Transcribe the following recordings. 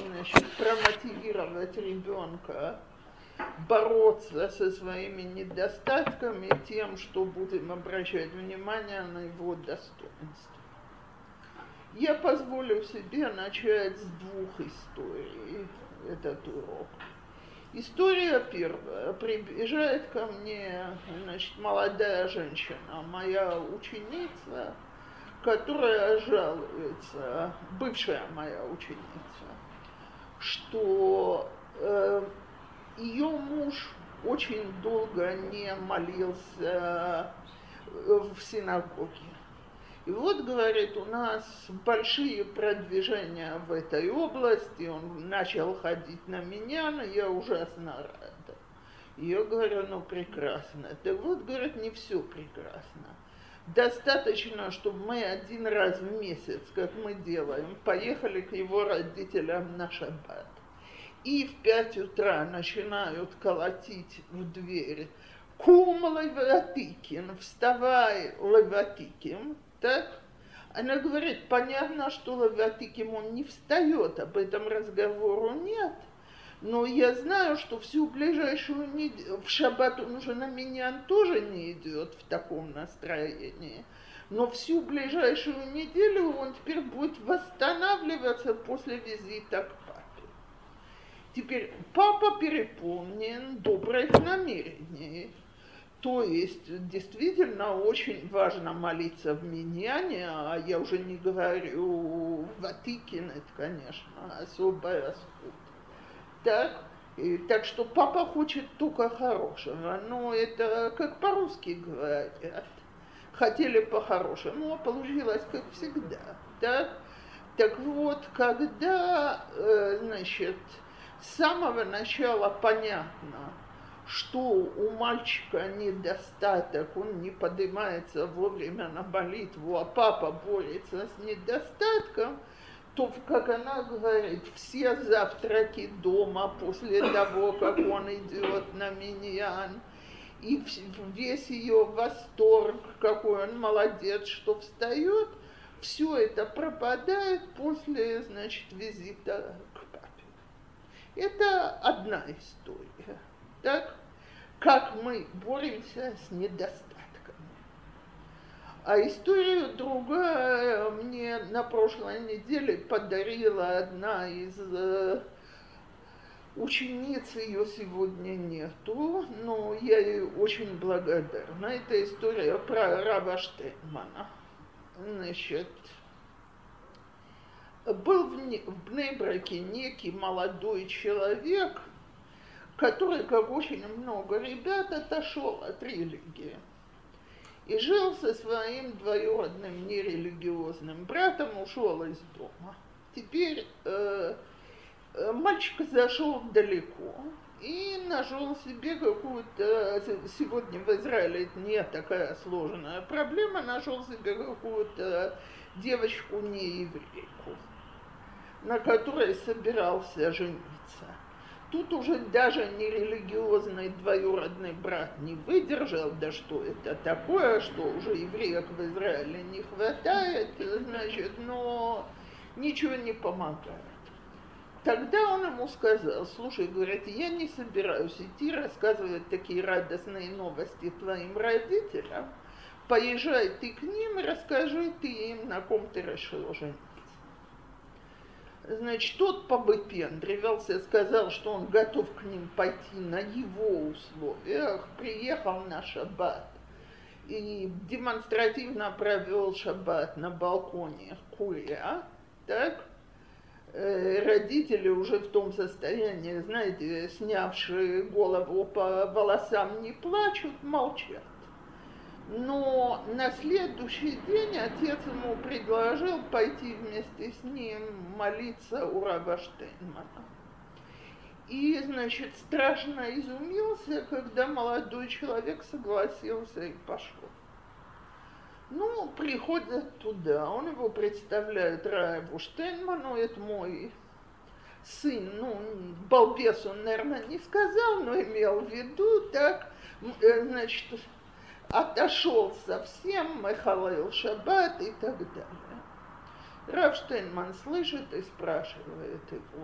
значит, промотивировать ребенка бороться со своими недостатками тем, что будем обращать внимание на его достоинства. Я позволю себе начать с двух историй этот урок. История первая. Приезжает ко мне, значит, молодая женщина, моя ученица, которая жалуется, бывшая моя ученица, что ее муж очень долго не молился в синагоге. И вот, говорит, у нас большие продвижения в этой области, он начал ходить на миньян, и я ужасно рада. Я говорю, ну прекрасно. Так вот, говорит, не все прекрасно. Достаточно, чтобы мы один раз в месяц, как мы делаем, поехали к его родителям на шаббат. И в 5 утра начинают колотить в дверь. Кум леватикин, вставай леватикин. Так? Она говорит, понятно, что леватикин он не встает, об этом разговору нет. Но я знаю, что всю ближайшую неделю, в шаббат он уже на миньян тоже не идет в таком настроении. Но всю ближайшую неделю он теперь будет восстанавливаться после визита к папе. Теперь папа переполнен добрых намерений. То есть действительно очень важно молиться в миньяне, а я уже не говорю ватикин, это, конечно, особая скута. Так что папа хочет только хорошего, но это как по-русски говорят. Хотели по-хорошему, а получилось как всегда. Так вот, когда, значит, с самого начала понятно, что у мальчика недостаток, он не поднимается вовремя на молитву, а папа борется с недостатком, то, как она говорит, все завтраки дома после того, как он идет на миньян, и весь ее восторг, какой он молодец, что встает, все это пропадает после, значит, визита к папе. Это одна история. Так, как мы боремся с недостатками. А историю другая мне на прошлой неделе подарила одна из учениц, ее сегодня нету, но я ей очень благодарна. Это история про Рава Штейнмана. Значит, был в Бней-Браке некий молодой человек, который, как очень много ребят, отошел от религии. И жил со своим двоюродным нерелигиозным братом, ушел из дома. Теперь мальчик зашел далеко и нашел себе какую-то, сегодня в Израиле это не такая сложная проблема, нашел себе какую-то девочку нееврейку, на которой собирался жениться. Тут уже даже нерелигиозный двоюродный брат не выдержал, да что это такое, что уже евреев в Израиле не хватает, значит, но ничего не помогает. Тогда он ему сказал, слушай, говорит, я не собираюсь идти рассказывать такие радостные новости твоим родителям, поезжай ты к ним и расскажи ты им, на ком ты решил жениться. Значит, тот побыпендривался, сказал, что он готов к ним пойти на его условиях, приехал на шаббат и демонстративно провел шаббат на балконе куря, так? Родители уже в том состоянии, знаете, снявшие голову по волосам не плачут, молчат. Но на следующий день отец ему предложил пойти вместе с ним молиться у Рава Штейнмана. И, значит, страшно изумился, когда молодой человек согласился и пошел. Ну, приходят туда, он его представляет Раву Штейнману, это мой сын, ну, балбес он, наверное, не сказал, но имел в виду, так, значит, отошел совсем, махалел шаббат и так далее. Рав Штейнман слышит и спрашивает его,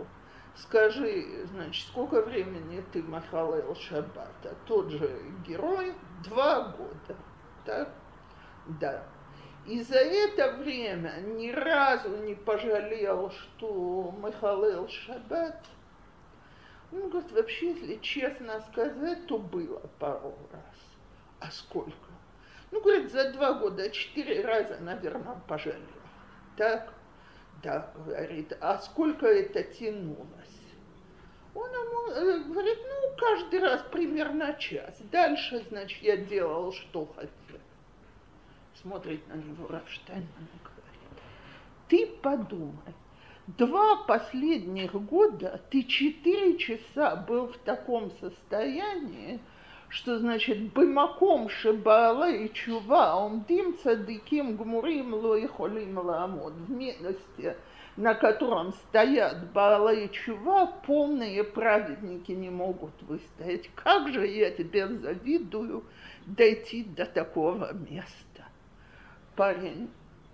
скажи, значит, сколько времени ты махалел шаббата? Тот же герой 2 года, так? Да. И за это время ни разу не пожалел, что махалел шаббат. Он говорит, вообще, если честно сказать, то было пару раз. А сколько? Ну, говорит, за 2 года 4 раза, наверное, пожалел. Так? Да, говорит, а сколько это тянулось? Он ему говорит, ну, каждый раз примерно час. Дальше, значит, я делал, что хотел. Смотрит на него Рав Штайнман и говорит, ты подумай, 2 последних года ты 4 часа был в таком состоянии, что, значит, бымаком шебаала и чува, омдим цадыким гмурим ло холим ламот, в месте, на котором стоят Баала и чува, полные праведники не могут выстоять. Как же я тебе завидую дойти до такого места. Парень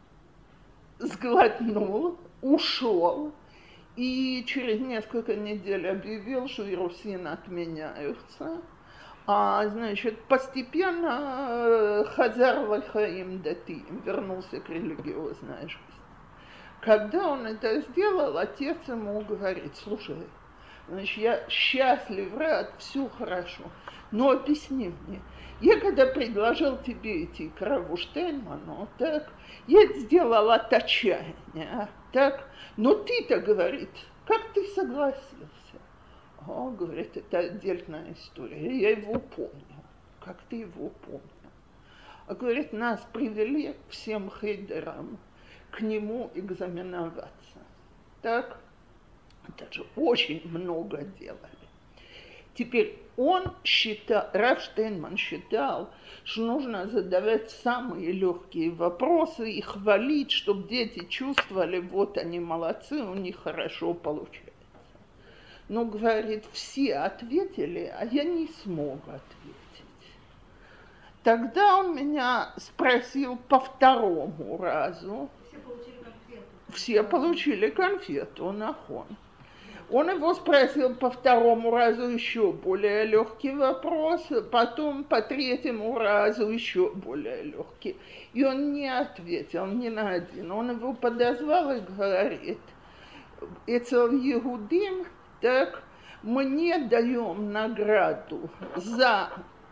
сглотнул, ушел, и через несколько недель объявил, что Ирусин отменяются. Значит, постепенно Хазар Лахаим Датиим вернулся к религиозной жизни. Когда он это сделал, отец ему говорит, слушай, значит, я счастлив, рад, все хорошо, но объясни мне, я когда предложил тебе идти к Раву Штайнману, так, я это сделал от отчаяния, так, но ты-то, говорит, как ты согласился? О, говорит, это отдельная история, я его помню. Как ты его помнил? А говорит, нас привели всем хейдерам к нему экзаменоваться. Так? Даже очень много делали. Теперь он считал, Рав Штайнман считал, что нужно задавать самые легкие вопросы и хвалить, чтобы дети чувствовали, вот они молодцы, у них хорошо получается. Но, говорит, все ответили, а я не смог ответить. Тогда он меня спросил по 2-му разу. Все получили конфету. Все получили конфету, нахон. Он его спросил по 2-му разу еще более легкий вопрос, потом по 3-му разу еще более легкий. И он не ответил ни на один. Он его подозвал и говорит, «Эцел Егудим, так, мы не даем награду за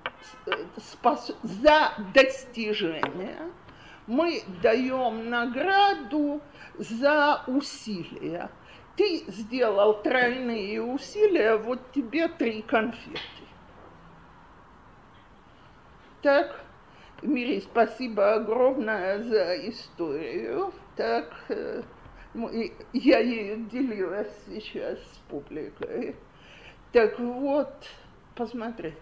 достижение, мы даем награду за усилия. Ты сделал тройные усилия, вот тебе 3 конфеты». Так, Мири, спасибо огромное за историю. Так, я ею делилась сейчас с публикой. Так вот, посмотрите.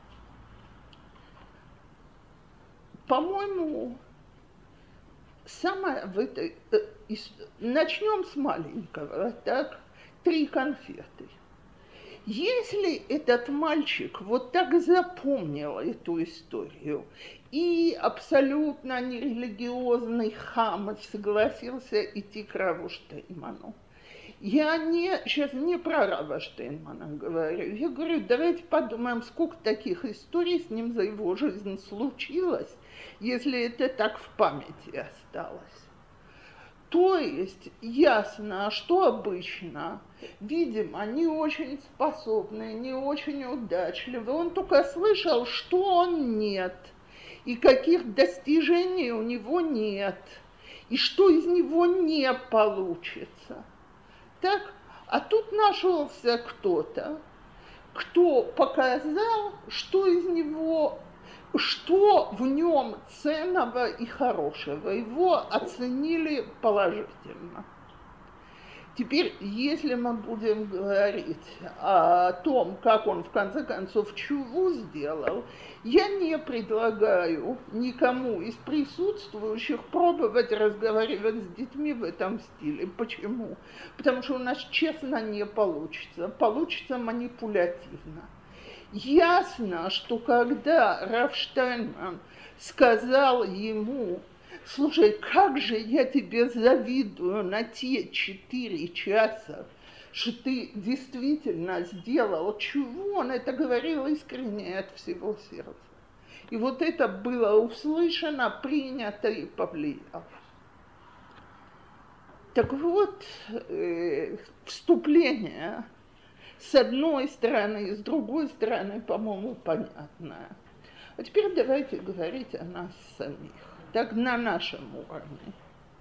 По-моему, самое в этой... Начнем с маленького, так? 3 конфеты. Если этот мальчик вот так запомнил эту историю и абсолютно нерелигиозный хам согласился идти к Раву Штайнману, я сейчас не про Рава Штайнмана говорю, я говорю, давайте подумаем, сколько таких историй с ним за его жизнь случилось, если это так в памяти осталось. То есть ясно, что обычно, видимо, не очень способный, не очень удачливый. Он только слышал, что он нет, и каких достижений у него нет, и что из него не получится. Так, а тут нашелся кто-то, кто показал, что из него, что в нем ценного и хорошего. Его оценили положительно. Теперь, если мы будем говорить о том, как он в конце концов чуву сделал, я не предлагаю никому из присутствующих пробовать разговаривать с детьми в этом стиле. Почему? Потому что у нас честно не получится. Получится манипулятивно. Ясно, что когда Рав Штайнман сказал ему, слушай, как же я тебе завидую на те 4 часа, что ты действительно сделал, чего он это говорил искренне от всего сердца. И вот это было услышано, принято и повлияло. Так вот, вступление с одной стороны и с другой стороны, по-моему, понятно. А теперь давайте говорить о нас самих, так на нашем уровне.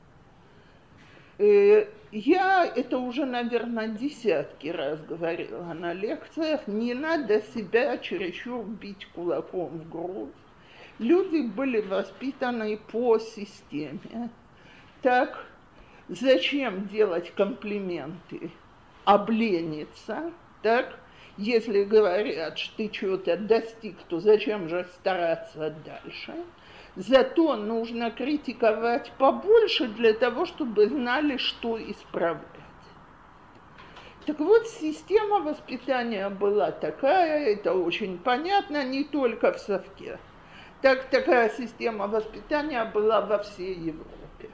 Я это уже, наверное, десятки раз говорила на лекциях, не надо себя чересчур бить кулаком в грудь. Люди были воспитаны по системе. Так, зачем делать комплименты? Облениться, так? Если говорят, что ты чего-то достиг, то зачем же стараться дальше? Зато нужно критиковать побольше для того, чтобы знали, что исправлять. Так вот, система воспитания была такая, это очень понятно, не только в Совке. Такая система воспитания была во всей Европе.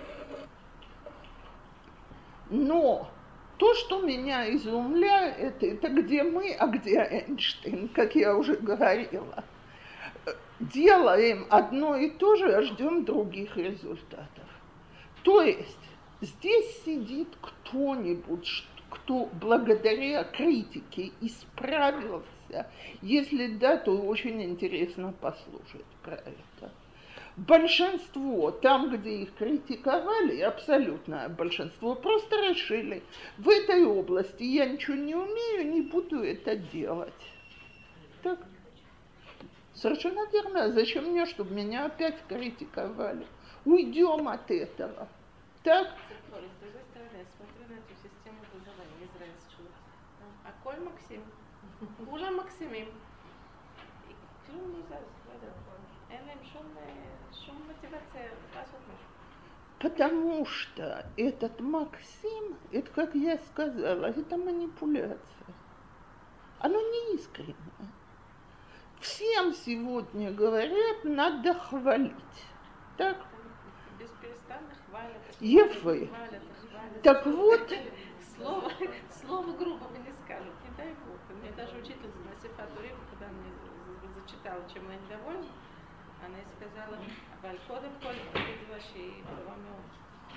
Но то, что меня изумляет, это где мы, а где Эйнштейн, как я уже говорила. Делаем одно и то же, а ждем других результатов. То есть здесь сидит кто-нибудь, кто благодаря критике исправился. Если да, то очень интересно послушать про это. Большинство, там, где их критиковали, абсолютное большинство, просто решили, в этой области я ничего не умею, не буду это делать. Так. Совершенно верно. Зачем мне, чтобы меня опять критиковали? Уйдем от этого. Так? С другой стороны, я смотрю на эту систему образования израильскую. Аколь Максим. Кула Максимим. И клюм не зас. אין להם שום мотивация לעשות משהו. Потому что этот Максим, это, как я сказала, это манипуляция. Оно не искреннее. Всем сегодня говорят, надо хвалить. Так? Бесперестанно хвалят. Ефы. Так вот. Слово грубо вы не скажут, не дай бог. Мне даже учительница на Сефатуре, когда мне зачитала, чем я недовольна, она сказала, אבל קודם כל תגידי לה שהיא טובה מאוד.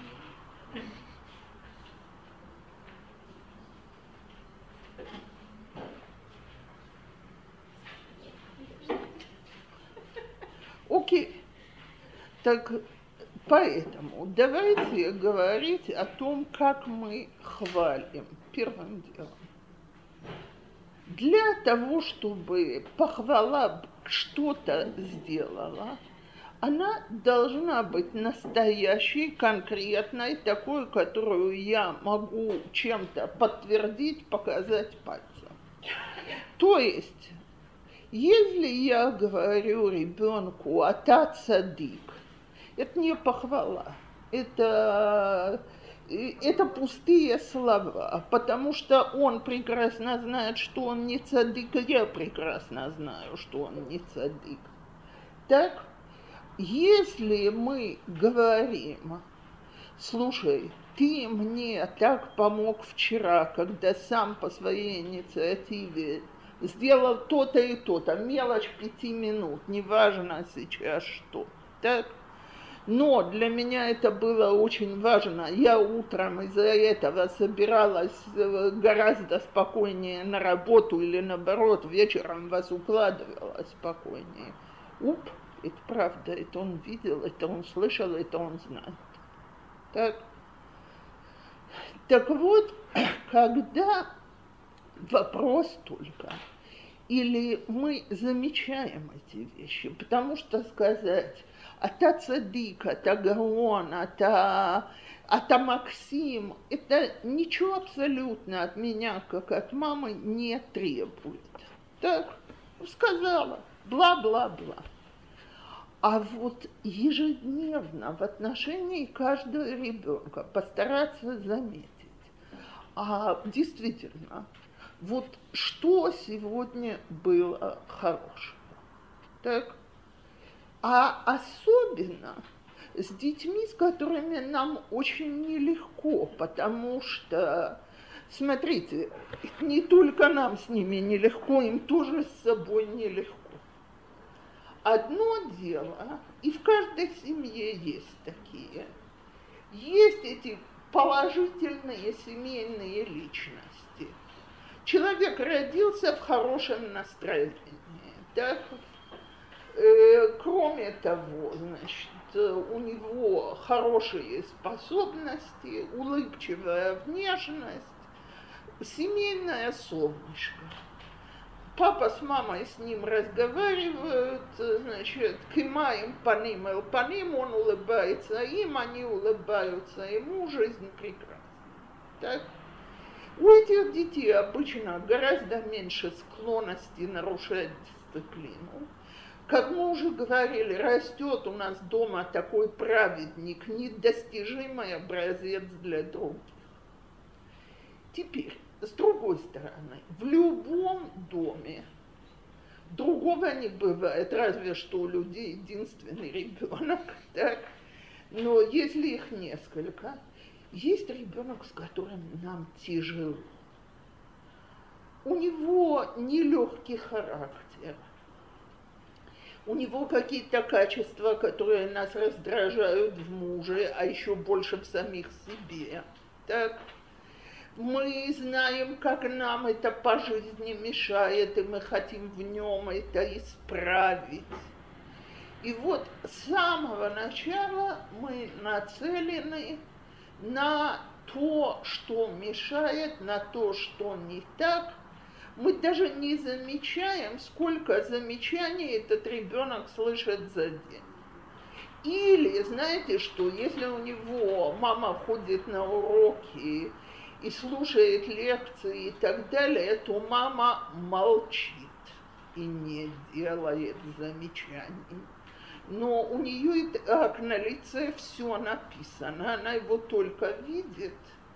Окей. Так поэтому давайте говорить о том, как мы хвалим первым делом. Для того, чтобы похвала что-то сделала, она должна быть настоящей, конкретной, такой, которую я могу чем-то подтвердить, показать пальцем. То есть, если я говорю ребенку «ата цадик», это не похвала, это пустые слова, потому что он прекрасно знает, что он не цадик, и я прекрасно знаю, что он не цадик. Так, если мы говорим, слушай, ты мне так помог вчера, когда сам по своей инициативе сделал то-то и то-то, мелочь 5 минут, неважно сейчас что, так? Но для меня это было очень важно. Я утром из-за этого собиралась гораздо спокойнее на работу или наоборот, вечером вас укладывала спокойнее. Это правда, это он видел, это он слышал, это он знает. Так вот, когда вопрос только, или мы замечаем эти вещи, потому что сказать «ата цадик», «ата гаон», «ата Максим» — это ничего абсолютно от меня, как от мамы, не требует. Так, сказала, бла-бла-бла. А вот ежедневно в отношении каждого ребенка постараться заметить, действительно, вот что сегодня было хорошего. Так? А особенно с детьми, с которыми нам очень нелегко, потому что Смотрите, не только нам с ними нелегко, им тоже с собой нелегко. Одно дело, и в каждой семье есть такие, есть эти положительные семейные личности. Человек родился в хорошем настроении, так? Кроме того, значит, у него хорошие способности, улыбчивая внешность, семейное солнышко. Папа с мамой с ним разговаривают, значит, кимаем паним эл паним, он улыбается им, они улыбаются ему, жизнь прекрасна. Так? У этих детей обычно гораздо меньше склонности нарушать дисциплину. Как мы уже говорили, растет у нас дома такой праведник, недостижимый образец для других. Теперь, с другой стороны, в любом доме другого не бывает, разве что у людей единственный ребенок, так? Но если их несколько, есть ребенок, с которым нам тяжело. У него нелегкий характер. У него какие-то качества, которые нас раздражают в муже, а еще больше в самих себе. Так? Мы знаем, как нам это по жизни мешает, и мы хотим в нем это исправить. И вот с самого начала мы нацелены на то, что мешает, на то, что не так. Мы даже не замечаем, сколько замечаний этот ребенок слышит за день. Или, знаете что, если у него мама ходит на уроки и слушает лекции и так далее, то мама молчит и не делает замечаний. Но у нее и так на лице все написано, она его только видит,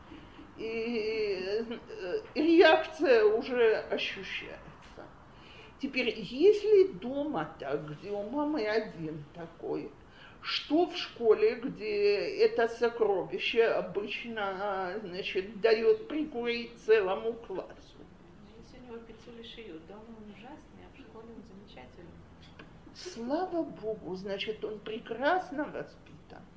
и реакция уже ощущается. Теперь, если дома так, где у мамы один такой, что в школе, где это сокровище обычно, значит, дает прикурить целому классу? Если у него пиццули шьют, дома он ужасный, а в школе он замечательный. Слава Богу, значит, он прекрасно воспитан.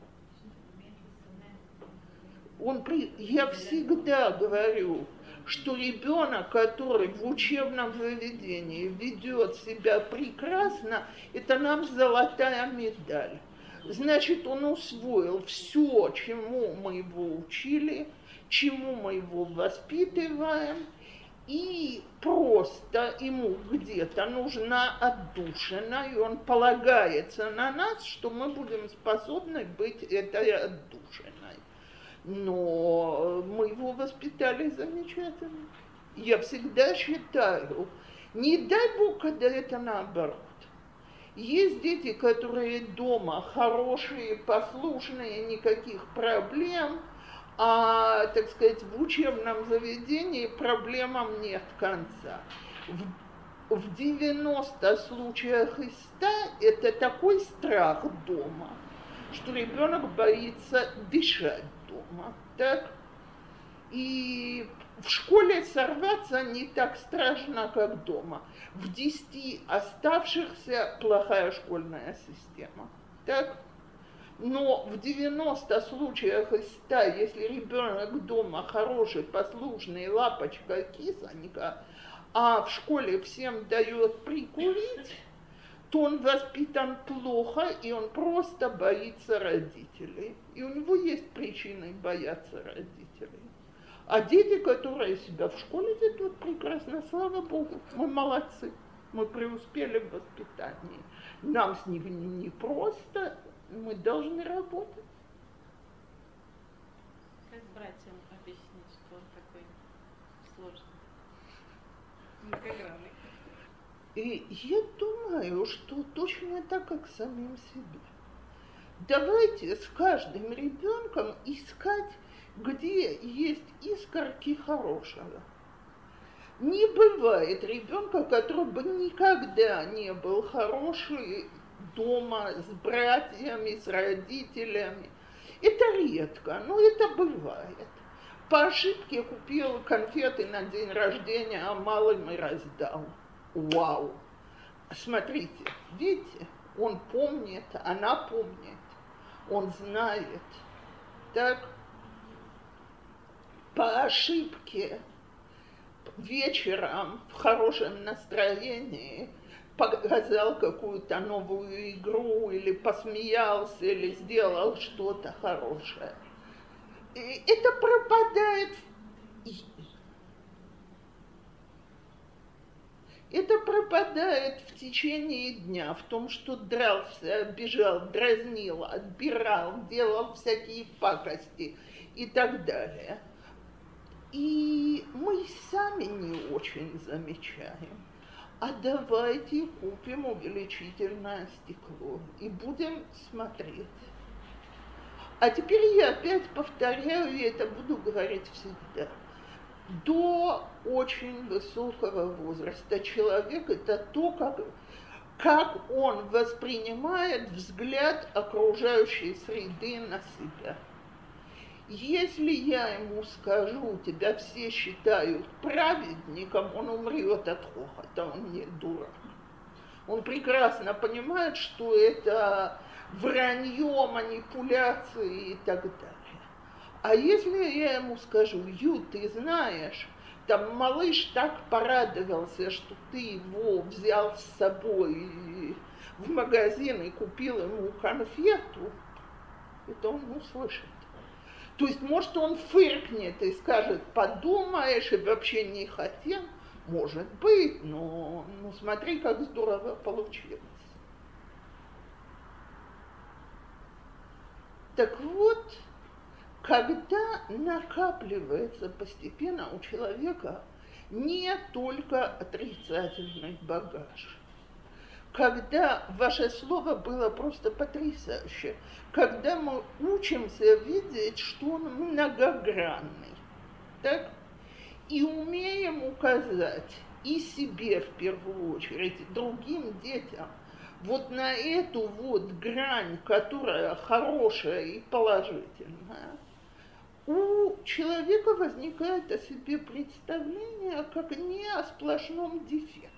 Я всегда говорю, что ребенок, который в учебном заведении ведет себя прекрасно, это нам золотая медаль. Значит, он усвоил все, чему мы его учили, чему мы его воспитываем, и просто ему где-то нужна отдушина, и он полагается на нас, что мы будем способны быть этой отдушиной. Но мы его воспитали замечательно. Я всегда считаю, не дай Бог, когда это наоборот. Есть дети, которые дома хорошие, послушные, никаких проблем, а, так сказать, в учебном заведении проблемам нет конца. В 90 случаях из 100 это такой страх дома, что ребенок боится дышать дома. Так? И в школе сорваться не так страшно, как дома. В 10 оставшихся плохая школьная система. Так? Но в 90 случаях из 100, если ребенок дома хороший, послушный, лапочка, кисонька, а в школе всем дает прикурить, то он воспитан плохо, и он просто боится родителей. И у него есть причины бояться родителей. А дети, которые себя в школе ведут прекрасно, слава Богу, мы молодцы, мы преуспели в воспитании. Нам с ними не просто, мы должны работать. Как братьям объяснить, что он такой сложный, многогранный? И я думаю, что точно так, как самим себе. Давайте с каждым ребенком искать, где есть искорки хорошего. Не бывает ребенка, который бы никогда не был хороший дома с братьями, с родителями. Это редко, но это бывает. по ошибке купил конфеты на день рождения, а малым и раздал. Вау! Смотрите, видите, он помнит, она помнит, он знает. Так, по ошибке вечером в хорошем настроении показал какую-то новую игру или посмеялся, или сделал что-то хорошее. И это пропадает. Это пропадает в течение дня, в том, что дрался, бежал, дразнил, отбирал, делал всякие пакости и так далее. И мы сами не очень замечаем. А давайте купим увеличительное стекло и будем смотреть. А теперь я опять повторяю, и это буду говорить всегда. До очень высокого возраста человек – это то, как он воспринимает взгляд окружающей среды на себя. Если я ему скажу, тебя все считают праведником, он умрет от хохота, он не дурак. Он прекрасно понимает, что это вранье, манипуляции и так далее. А если я ему скажу, Ю, ты знаешь, там малыш так порадовался, что ты его взял с собой в магазин и купил ему конфету, это он услышит. То есть, может, он фыркнет и скажет, подумаешь, и вообще не хотел. Может быть, но смотри, как здорово получилось. Так вот, когда накапливается постепенно у человека не только отрицательный багаж, когда ваше слово было просто потрясающе, когда мы учимся видеть, что он многогранный, так? И умеем указать и себе в первую очередь, и другим детям, вот на эту вот грань, которая хорошая и положительная, у человека возникает о себе представление как не о сплошном дефекте.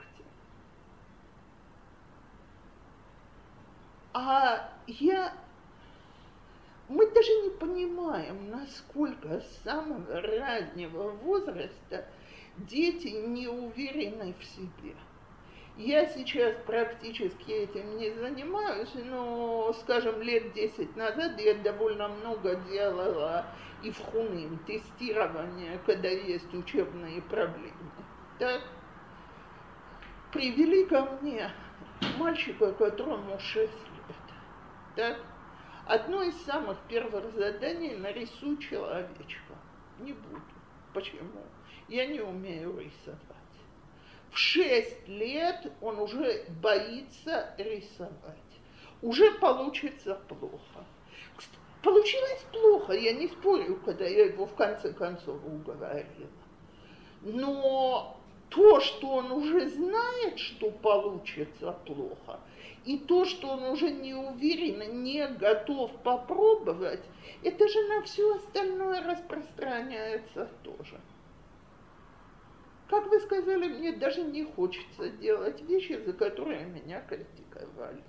Мы даже не понимаем, насколько с самого раннего возраста дети не уверены в себе. Я сейчас практически этим не занимаюсь, но, скажем, лет 10 назад я довольно много делала и в Хуним тестирование, когда есть учебные проблемы. Так? Привели ко мне мальчика, которому 6 лет. Так? Одно из самых первых заданий – нарисуй человечка. Не буду. Почему? Я не умею рисовать. В 6 лет он уже боится рисовать. Уже получится плохо. Получилось плохо, я не спорю, когда я его в конце концов уговорила. Но то, что он уже знает, что получится плохо, и то, что он уже не уверен и не готов попробовать, это же на все остальное распространяется тоже. Как вы сказали, мне даже не хочется делать вещи, за которые меня критиковали.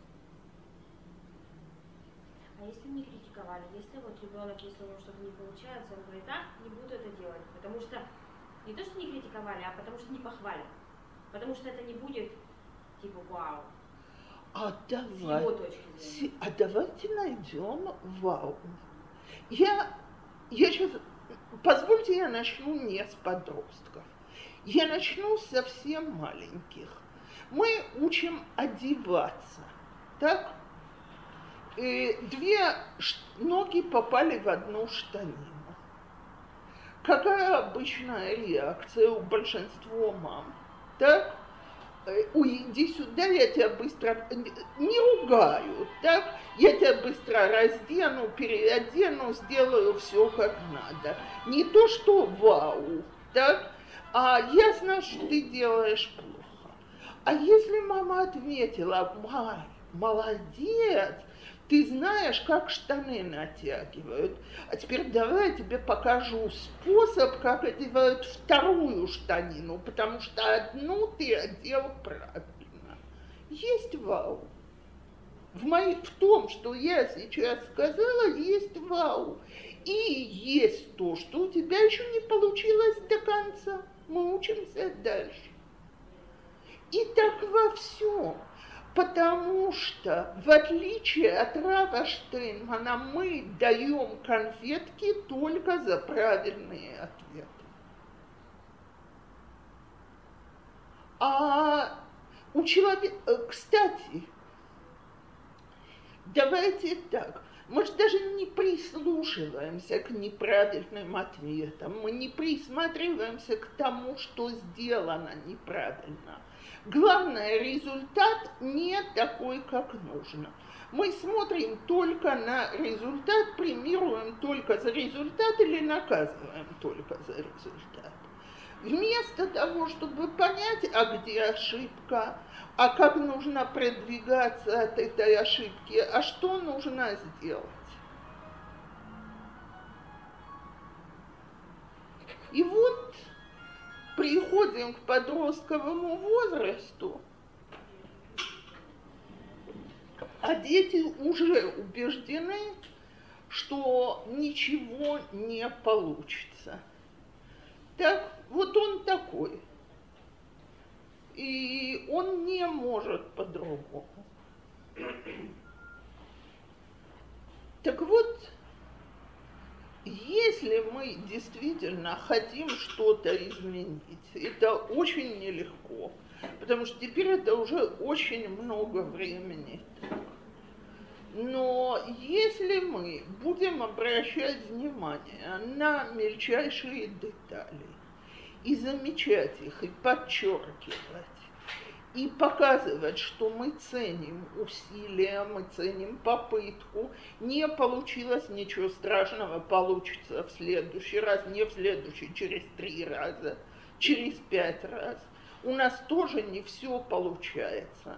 А если не критиковали, если вот ребенок, если у него что-то не получается, он говорит, не буду это делать, потому что не то, что не критиковали, а потому что не похвалят, потому что это не будет типа вау. С его точки зрения. А давайте найдем вау. Я сейчас, позвольте, я начну не с подростков. Я начну с совсем маленьких. Мы учим одеваться, так? И 2 ноги попали в одну штанину. Какая обычная реакция у большинства мам? Так? Уйди сюда, я тебя быстро... Не ругаю, так? Я тебя быстро раздену, переодену, сделаю все как надо. Не то, что вау, так? А ясно, что ты делаешь плохо. А если мама ответила, молодец, Ты знаешь, как штаны натягивают. А теперь давай я тебе покажу способ, как одевают вторую штанину, потому что одну ты одел правильно. Есть вау. В том, что я сейчас сказала, есть вау. И есть то, что у тебя еще не получилось до конца. Мы учимся дальше. И так во всем. Потому что, в отличие от Рава Штейнмана, мы даем конфетки только за правильные ответы. А у человека, кстати, давайте так, мы же даже не прислушиваемся к неправильным ответам, мы не присматриваемся к тому, что сделано неправильно. Главное, результат не такой, как нужно. Мы смотрим только на результат, премируем только за результат или наказываем только за результат. Вместо того, чтобы понять, а где ошибка, а как нужно продвигаться от этой ошибки, а что нужно сделать. И вот приходим к подростковому возрасту, а дети уже убеждены, что ничего не получится. Так, вот он такой. И он не может по-другому. Так вот, если мы действительно хотим что-то изменить, это очень нелегко, потому что теперь это уже очень много времени. Но если мы будем обращать внимание на мельчайшие детали и замечать их, и подчеркивать, и показывать, что мы ценим усилия, мы ценим попытку, не получилось ничего страшного, получится в следующий раз, не в следующий, через 3 раза, через 5 раз. У нас тоже не все получается.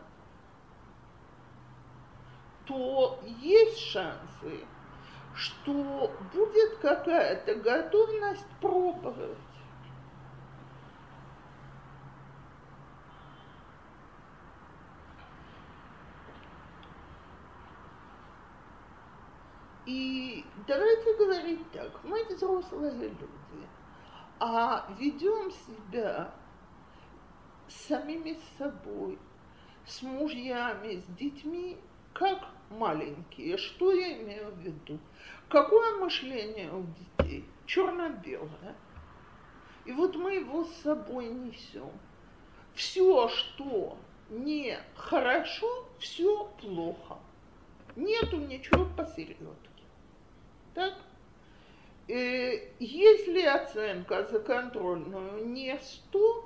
То есть шансы, что будет какая-то готовность пробовать. И давайте говорить так, мы взрослые люди, а ведем себя с самими собой, с мужьями, с детьми, как маленькие. Что я имею в виду? Какое мышление у детей? Черно-белое. И вот мы его с собой несем. Все, что не хорошо, все плохо. Нету ничего посередке. Так? Если оценка за контрольную не 100,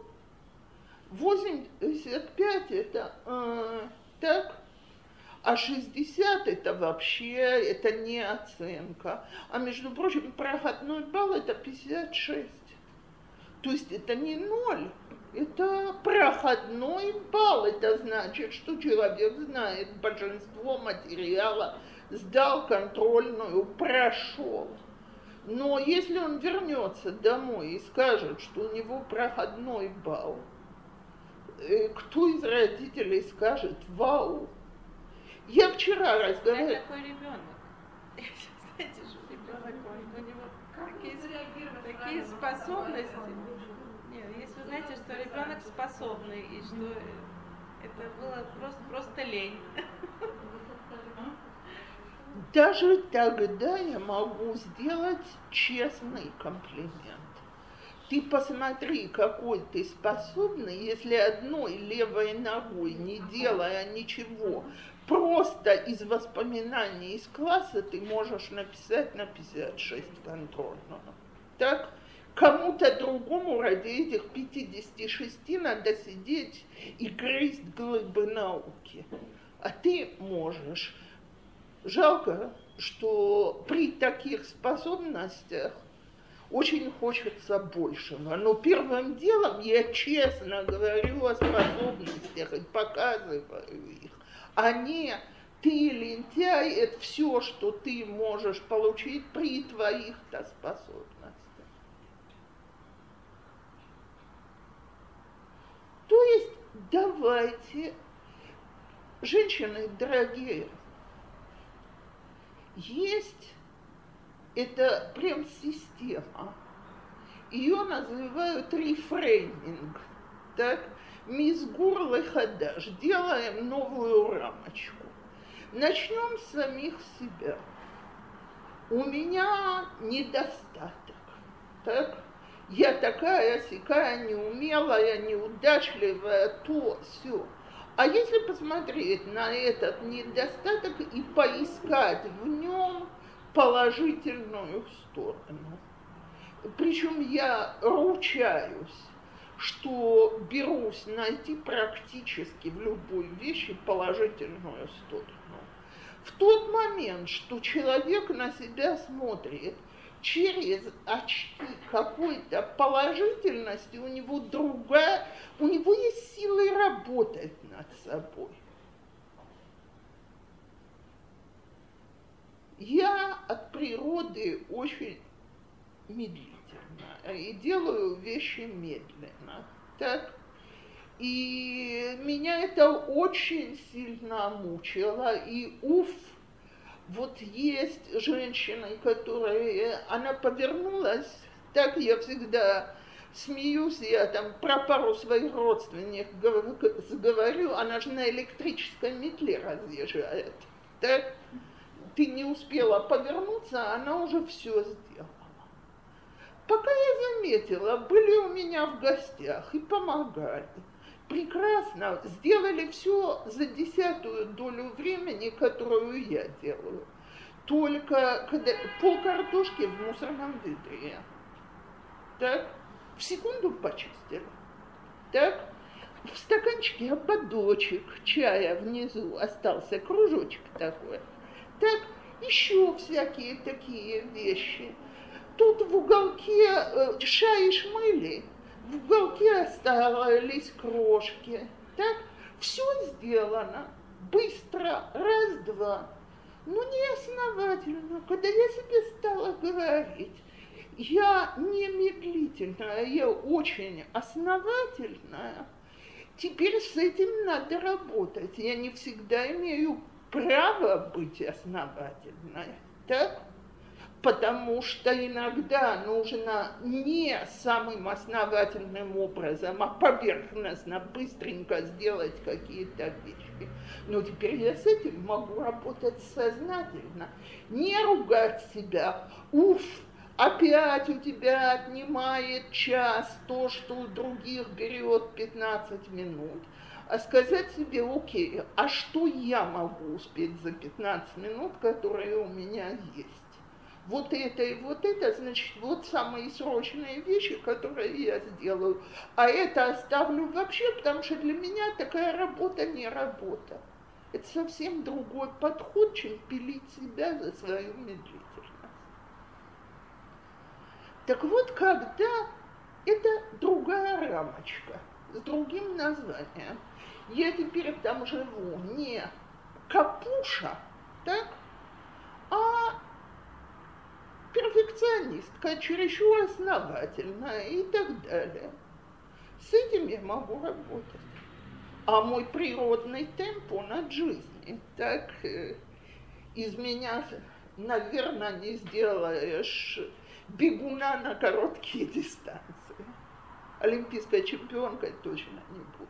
85 это так, а 60 это вообще, это не оценка. А между прочим, проходной балл это 56. То есть это не 0, это проходной балл. Это значит, что человек знает большинство материала, сдал контрольную, прошел. Но если он вернется домой и скажет, что у него проходной балл, кто из родителей скажет «Вау!». Я вчера разговаривала... Я такой ребенок. Знаете, что ребенок, у него такие способности. Нет, если вы знаете, что ребенок способный, и что это было просто лень. Даже тогда я могу сделать честный комплимент. Ты посмотри, какой ты способный, если одной левой ногой, не делая ничего, просто из воспоминаний из класса ты можешь написать на 56 контрольного. Так? Кому-то другому ради этих 56 надо сидеть и грызть глыбы науки. А ты можешь. Жалко, что при таких способностях очень хочется большего. Но первым делом я честно говорю о способностях и показываю их, а не ты лентяй, это все, что ты можешь получить при твоих-то способностях. То есть давайте, женщины дорогие, есть это прям система. Ее называют рефрейминг. Так, мизгур лехадаш, делаем новую рамочку. Начнем с самих себя. У меня недостаток. Так? Я такая, сякая, неумелая, неудачливая, то, сё. А если посмотреть на этот недостаток и поискать в нем положительную сторону. Причем я ручаюсь, что берусь найти практически в любой вещи положительную сторону. В тот момент, что человек на себя смотрит через очки какой-то положительности, у него есть силы работать над собой. Я от природы очень медлительна и делаю вещи медленно. Так? И меня это очень сильно мучило. И вот есть женщины, которые... Она повернулась, так я всегда смеюсь, я там про пару своих родственников говорю, она же на электрической метле разъезжает. Так? Ты не успела повернуться, она уже все сделала. Пока я заметила, были у меня в гостях и помогали. Прекрасно, сделали все за 10-ую долю времени, которую я делаю. Только когда пол картошки в мусорном ведре. Так, в секунду почистили. Так, в стаканчике ободочек чая внизу остался, кружочек такой. Так, еще всякие такие вещи. Тут в уголке шай и шмыли, в уголке остались крошки. Так, все сделано. Быстро, раз-два. Но не основательно. Когда я себе стала говорить, я не медлительная, я очень основательная, теперь с этим надо работать. Я не всегда имею право быть основательной, так? Потому что иногда нужно не самым основательным образом, а поверхностно, быстренько сделать какие-то вещи. Но теперь я с этим могу работать сознательно. Не ругать себя. Опять у тебя отнимает час то, что у других берет 15 минут. А сказать себе, окей, а что я могу успеть за 15 минут, которые у меня есть? Вот это и вот это, значит, вот самые срочные вещи, которые я сделаю. А это оставлю вообще, потому что для меня такая работа не работа. Это совсем другой подход, чем пилить себя за свою медлительность. Так вот, когда это другая рамочка с другим названием, я теперь там живу не капуша, так, а перфекционистка, чересчур основательная и так далее. С этим я могу работать. А мой природный темп, он от жизни. Так, из меня, наверное, не сделаешь бегуна на короткие дистанции. Олимпийской чемпионкой точно не буду.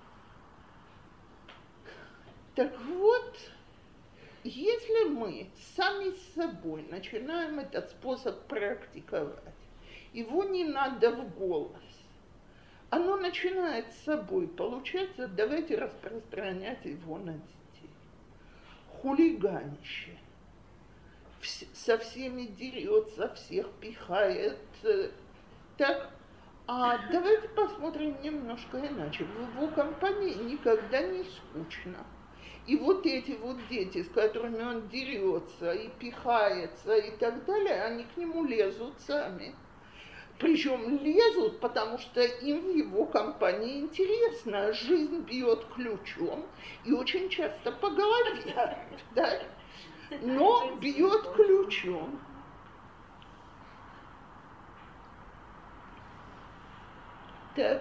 Так вот, если мы сами с собой начинаем этот способ практиковать, его не надо в голос, оно начинает с собой получаться, давайте распространять его на детей. Хулиганище. Со всеми дерется, всех пихает. Так, а давайте посмотрим немножко иначе. В его компании никогда не скучно. И вот эти вот дети, с которыми он дерется и пихается и так далее, они к нему лезут сами. Причем лезут, потому что им в его компании интересно. Жизнь бьет ключом и очень часто по голове, да? Но бьет ключом. Так.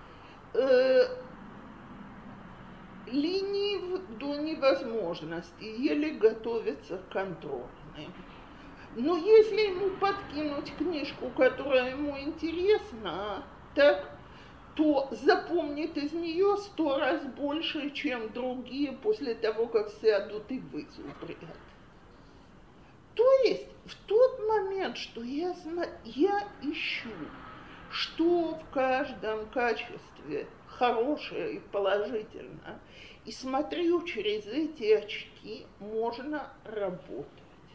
Ленив до невозможности, еле готовится к контрольной. Но если ему подкинуть книжку, которая ему интересна, так, то запомнит из нее 100 раз больше, чем другие после того, как сядут и вызубрят. То есть в тот момент, что я ищу, что в каждом качестве хорошее и положительное, и смотрю через эти очки, можно работать.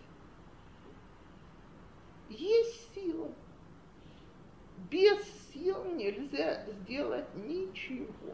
Есть сила. Без сил нельзя сделать ничего.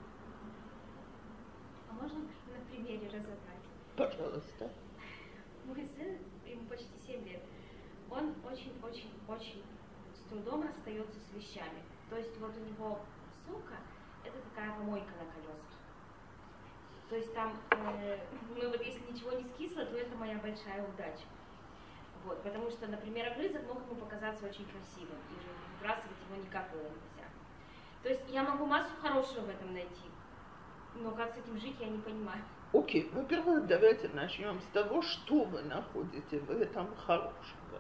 А можно на примере разобрать? Пожалуйста. Мой сын, ему почти 7 лет, он очень-очень-очень с трудом расстается с вещами. То есть вот у него сумка – это такая помойка на колесах. То есть там, ну вот если ничего не скисло, то это моя большая удача. Вот, потому что, например, огрызок мог ему показаться очень красивым, и выбрасывать его никак было нельзя. То есть я могу массу хорошего в этом найти, но как с этим жить, я не понимаю. Окей, во-первых, давайте начнем с того, что вы находите в этом хорошего.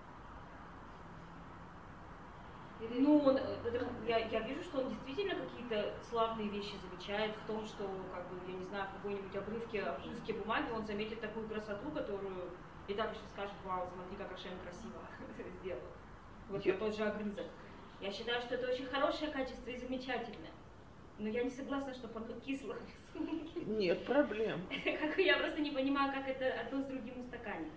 Ну, я вижу, что он действительно какие-то славные вещи замечает в том, что, как бы, я не знаю, в какой-нибудь обрывке бумаги он заметит такую красоту, которую и так еще скажет: вау, смотри, как Ашем красиво сделал. Вот тот же огрызок. Я считаю, что это очень хорошее качество и замечательное. Но я не согласна, чтобы оно кисло. Нет проблем. Я просто не понимаю, как это одно с другим устаканить.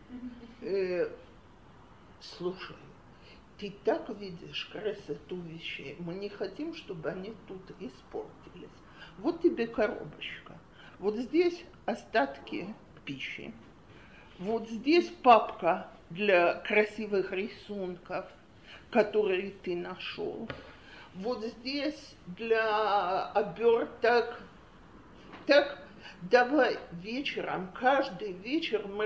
Слушай, ты так видишь красоту вещей. Мы не хотим, чтобы они тут испортились. Вот тебе коробочка. Вот здесь остатки пищи. Вот здесь папка для красивых рисунков, которые ты нашел. Вот здесь для оберток. Так, давай вечером, каждый вечер мы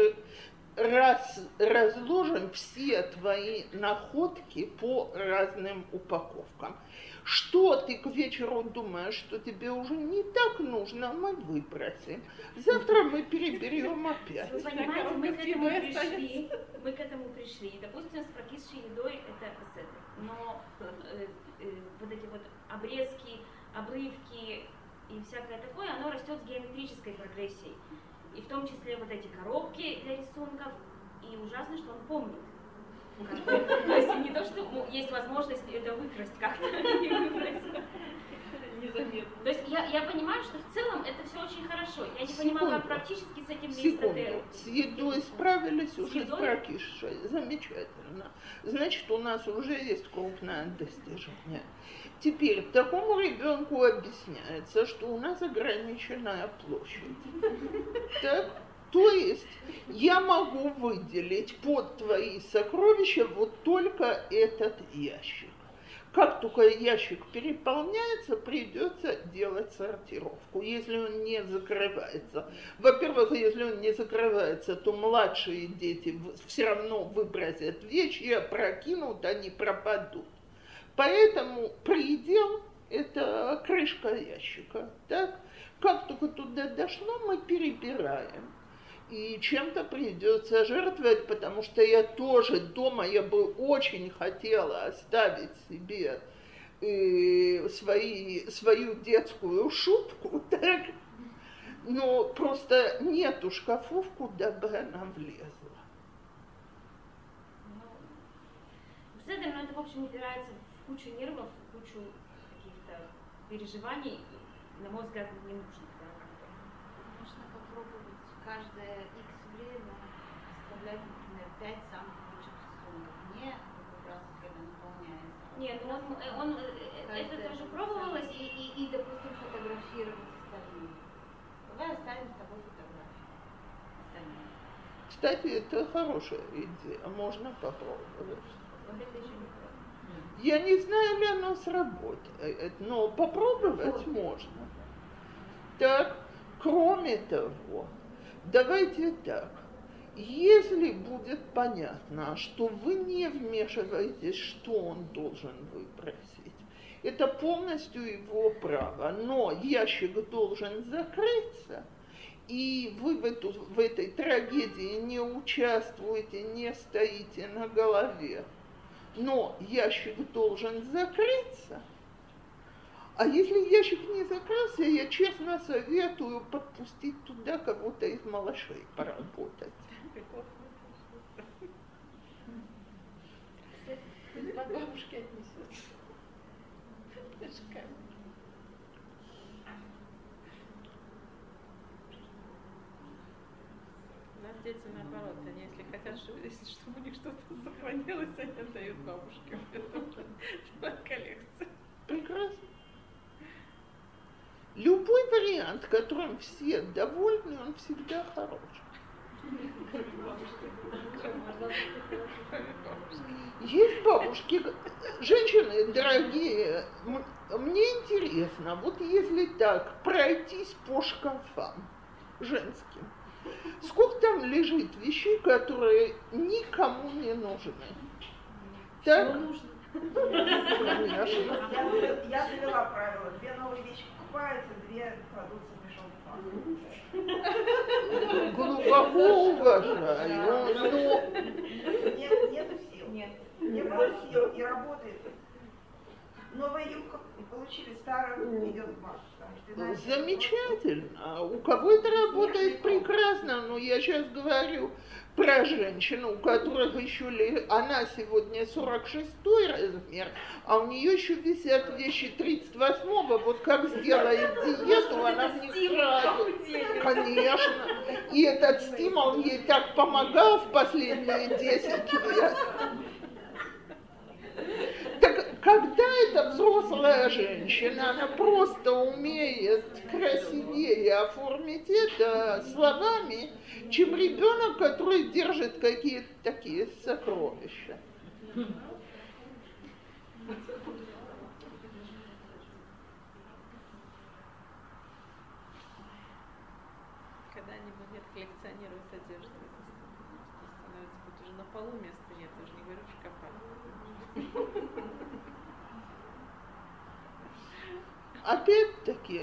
разложим все твои находки по разным упаковкам. Что ты к вечеру думаешь, что тебе уже не так нужно, мы выбросим. Завтра мы переберем опять. Вы понимаете, мы к этому пришли. Допустим, с прокисшей едой это беседа. Но вот эти вот обрезки, обрывки и всякое такое, оно растет с геометрической прогрессией. И в том числе вот эти коробки для рисунков. И ужасно, что он помнит. То есть не то, что есть возможность это выкрасть как-то и выбрать. Незаметно. То есть я понимаю, что в целом это все очень хорошо. Я не понимаю, как практически с этим Секунду. С едой справились, уже с прокисшей. Замечательно. Значит, у нас уже есть крупное достижение. Теперь такому ребенку объясняется, что у нас ограниченная площадь. Так? То есть я могу выделить под твои сокровища вот только этот ящик. Как только ящик переполняется, придется делать сортировку, если он не закрывается. Во-первых, если он не закрывается, то младшие дети все равно выбросят вещи, опрокинут, они пропадут. Поэтому предел – это крышка ящика. Так? Как только туда дошло, мы перебираем. И чем-то придется жертвовать, потому что я тоже дома, я бы очень хотела оставить себе свою детскую шутку, так? Но просто нету шкафов, куда бы она влезла. Но это, в общем, упирается в кучу нервов, в кучу каких-то переживаний. На мой взгляд, не нужно. Можно попробовать каждое X время оставлять, например, 5 самых лучших рисунков. Не выбрасывать, когда наполняется. Нет, ну это тоже пробовалось. И, допустим, фотографировать остальные. Давай оставим с тобой фотографии. Остальные. Кстати, это хорошая идея, можно попробовать. Вот это еще не пробовала. Я не знаю, ли оно сработает, но попробовать можно. Так, кроме того, давайте так. Если будет понятно, что вы не вмешиваетесь, что он должен выпросить, это полностью его право, но ящик должен закрыться, и вы в этой трагедии не участвуете, не стоите на голове, но ящик должен закрыться. А если ящик не закрылся, я честно советую подпустить туда кого-то из малышей поработать. Бабушке отнесет. У нас дети наоборот, они если хотят, чтобы у них что-то сохранилось, они отдают бабушке. Это коллекция. Прекрасно. Любой вариант, которым все довольны, он всегда хорош. Есть бабушки, женщины дорогие, мне интересно, вот если так, пройтись по шкафам женским, сколько там лежит вещей, которые никому не нужны? Так? Конечно. Я завела правило, 2 новые вещи покупаются, 2 кладутся в мешок. Глубоко уважаю, но... Нету сил. Нет. Не было сил и работает. Новая юбка получили, старую идет в бак. Замечательно. У кого это работает прекрасно, но я сейчас говорю про женщину, у которых еще она сегодня 46-й размер, а у нее еще висят вещи 38-го, вот как сделает диету, она в них сразу. Конечно. И этот стимул ей так помогал в последние 10 лет. Так когда это взрослая женщина, она просто умеет красивее оформить это словами, чем ребенок, который держит какие-то такие сокровища. Когда-нибудь нет коллекционировать одежду, это становится, вот уже на полу места нет, уже не говорю в шкафах. Опять-таки,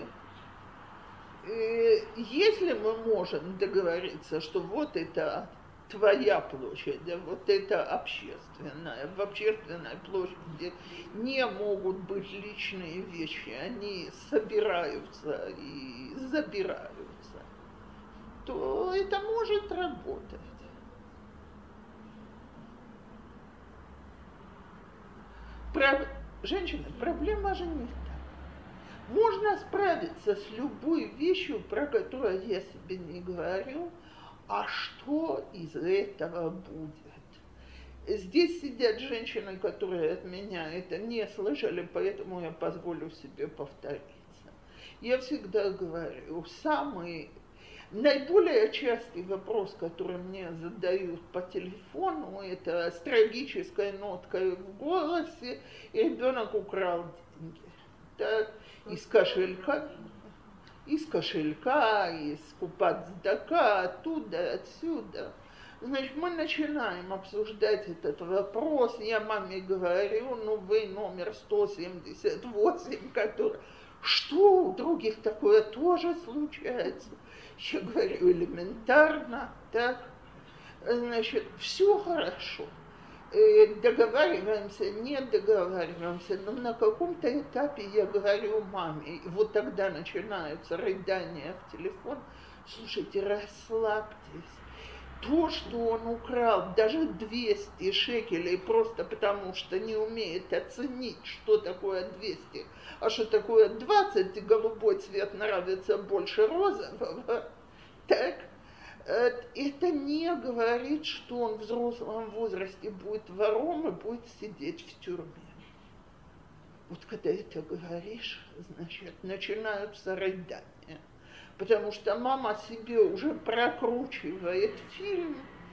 если мы можем договориться, что вот это твоя площадь, а вот это общественная, в общественной площади не могут быть личные вещи, они собираются и забираются, то это может работать. Женщины, проблема же не так. Можно справиться с любой вещью, про которую я себе не говорю, а что из этого будет? Здесь сидят женщины, которые от меня это не слышали, поэтому я позволю себе повториться. Я всегда говорю, наиболее частый вопрос, который мне задают по телефону, это с трагической ноткой в голосе, ребенок украл деньги. Так, из кошелька, из купат цдака, оттуда, отсюда. Значит, мы начинаем обсуждать этот вопрос. Я маме говорю, ну вы номер 178, который... Что, у других такое тоже случается? Я говорю, элементарно, так? Значит, все хорошо. Договариваемся, не договариваемся, но на каком-то этапе я говорю маме, и вот тогда начинаются рыдания в телефон, слушайте, расслабьтесь, то, что он украл даже 200 шекелей просто потому, что не умеет оценить, что такое 200, а что такое 20, и голубой цвет нравится больше розового, так? Это не говорит, что он в взрослом возрасте будет вором и будет сидеть в тюрьме. Вот когда это говоришь, значит, начинаются рыдания. Потому что мама себе уже прокручивает фильм,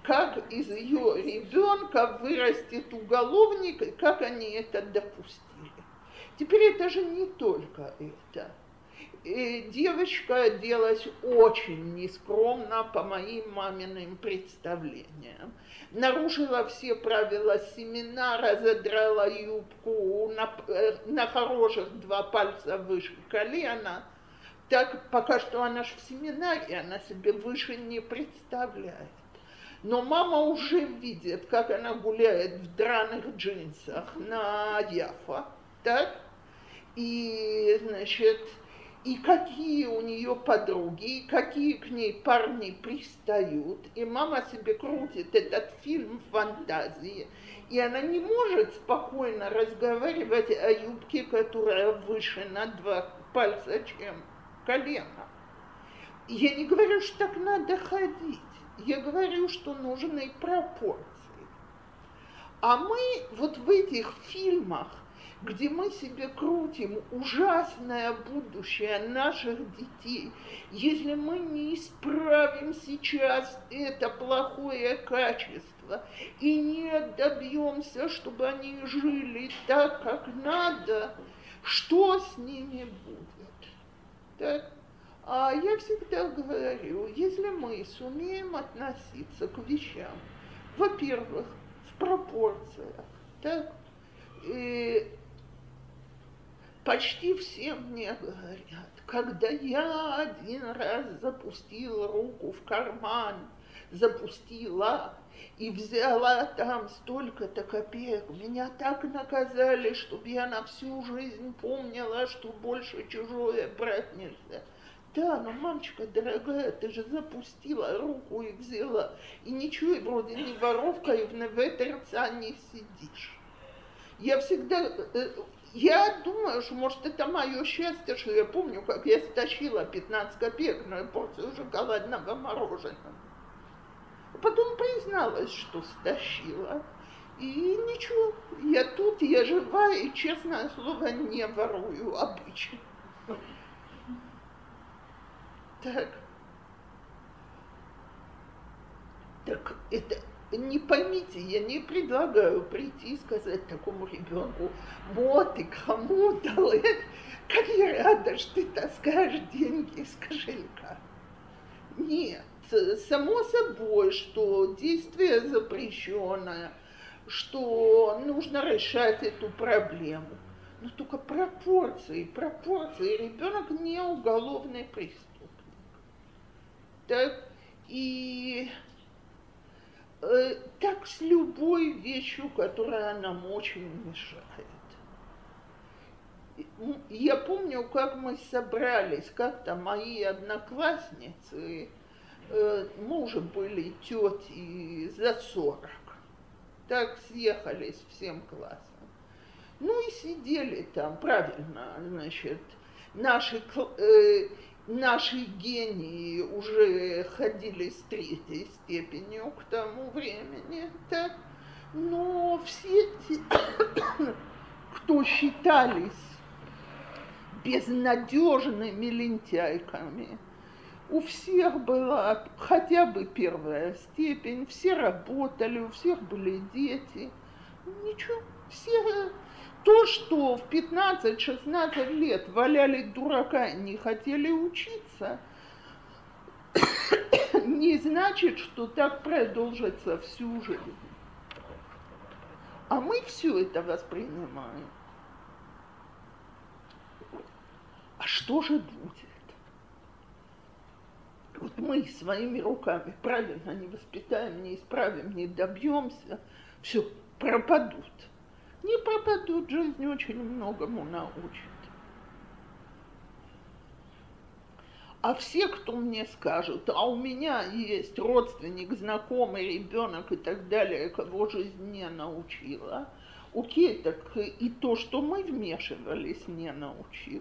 как из ее ребенка вырастет уголовник, и как они это допустили. Теперь это же не только это. Девочка оделась очень нескромно по моим маминым представлениям. Нарушила все правила семинара, задрала юбку на хороших 2 пальца выше колена. Так пока что она ж в семинаре, она себе выше не представляет. Но мама уже видит, как она гуляет в драных джинсах на Яфа, так? И, значит, и какие у нее подруги, и какие к ней парни пристают. И мама себе крутит этот фильм фантазии. И она не может спокойно разговаривать о юбке, которая выше на 2 пальца, чем колено. Я не говорю, что так надо ходить. Я говорю, что нужны пропорции. А мы вот в этих фильмах, где мы себе крутим ужасное будущее наших детей, если мы не исправим сейчас это плохое качество и не добьемся, чтобы они жили так, как надо, что с ними будет? Так? А я всегда говорю, если мы сумеем относиться к вещам, во-первых, в пропорциях, так, почти все мне говорят, когда я один раз запустила руку в карман, запустила и взяла там столько-то копеек, меня так наказали, чтобы я на всю жизнь помнила, что больше чужое брать нельзя. Да, но, мамочка дорогая, ты же запустила руку и взяла, и ничего, и вроде не воровка, и в НВ-ТРЦ не сидишь. Я всегда... Я думаю, что, может, это мое счастье, что я помню, как я стащила 15 копеек на порцию шоколадного мороженого. Потом призналась, что стащила. И ничего, я тут, я жива, и, честное слово, не ворую обычно. Так это... Не поймите, я не предлагаю прийти и сказать такому ребенку: вот ты кому дал, как я рада, что ты таскаешь деньги из кошелька. Нет, само собой, что действие запрещенное, что нужно решать эту проблему. Но только пропорции, ребенок не уголовный преступник. Так, и... Так с любой вещью, которая нам очень мешает. Я помню, как мы собрались, как-то мои одноклассницы, мы уже были тети за 40, так съехались всем классом. Ну и сидели там, правильно, значит, наши гении уже ходили с 3-й степенью к тому времени, так? Но все те, кто считались безнадежными лентяйками, у всех была хотя бы 1-я степень, все работали, у всех были дети. Ничего, все... То, что в 15-16 лет валяли дурака и не хотели учиться, не значит, что так продолжится всю жизнь. А мы все это воспринимаем. А что же будет? Вот мы своими руками правильно не воспитаем, не исправим, не добьемся, все, пропадут. Не пропадут, жизнь очень многому научит. А все, кто мне скажут, а у меня есть родственник, знакомый, ребенок и так далее, кого жизнь не научила, окей, так и то, что мы вмешивались, не научил.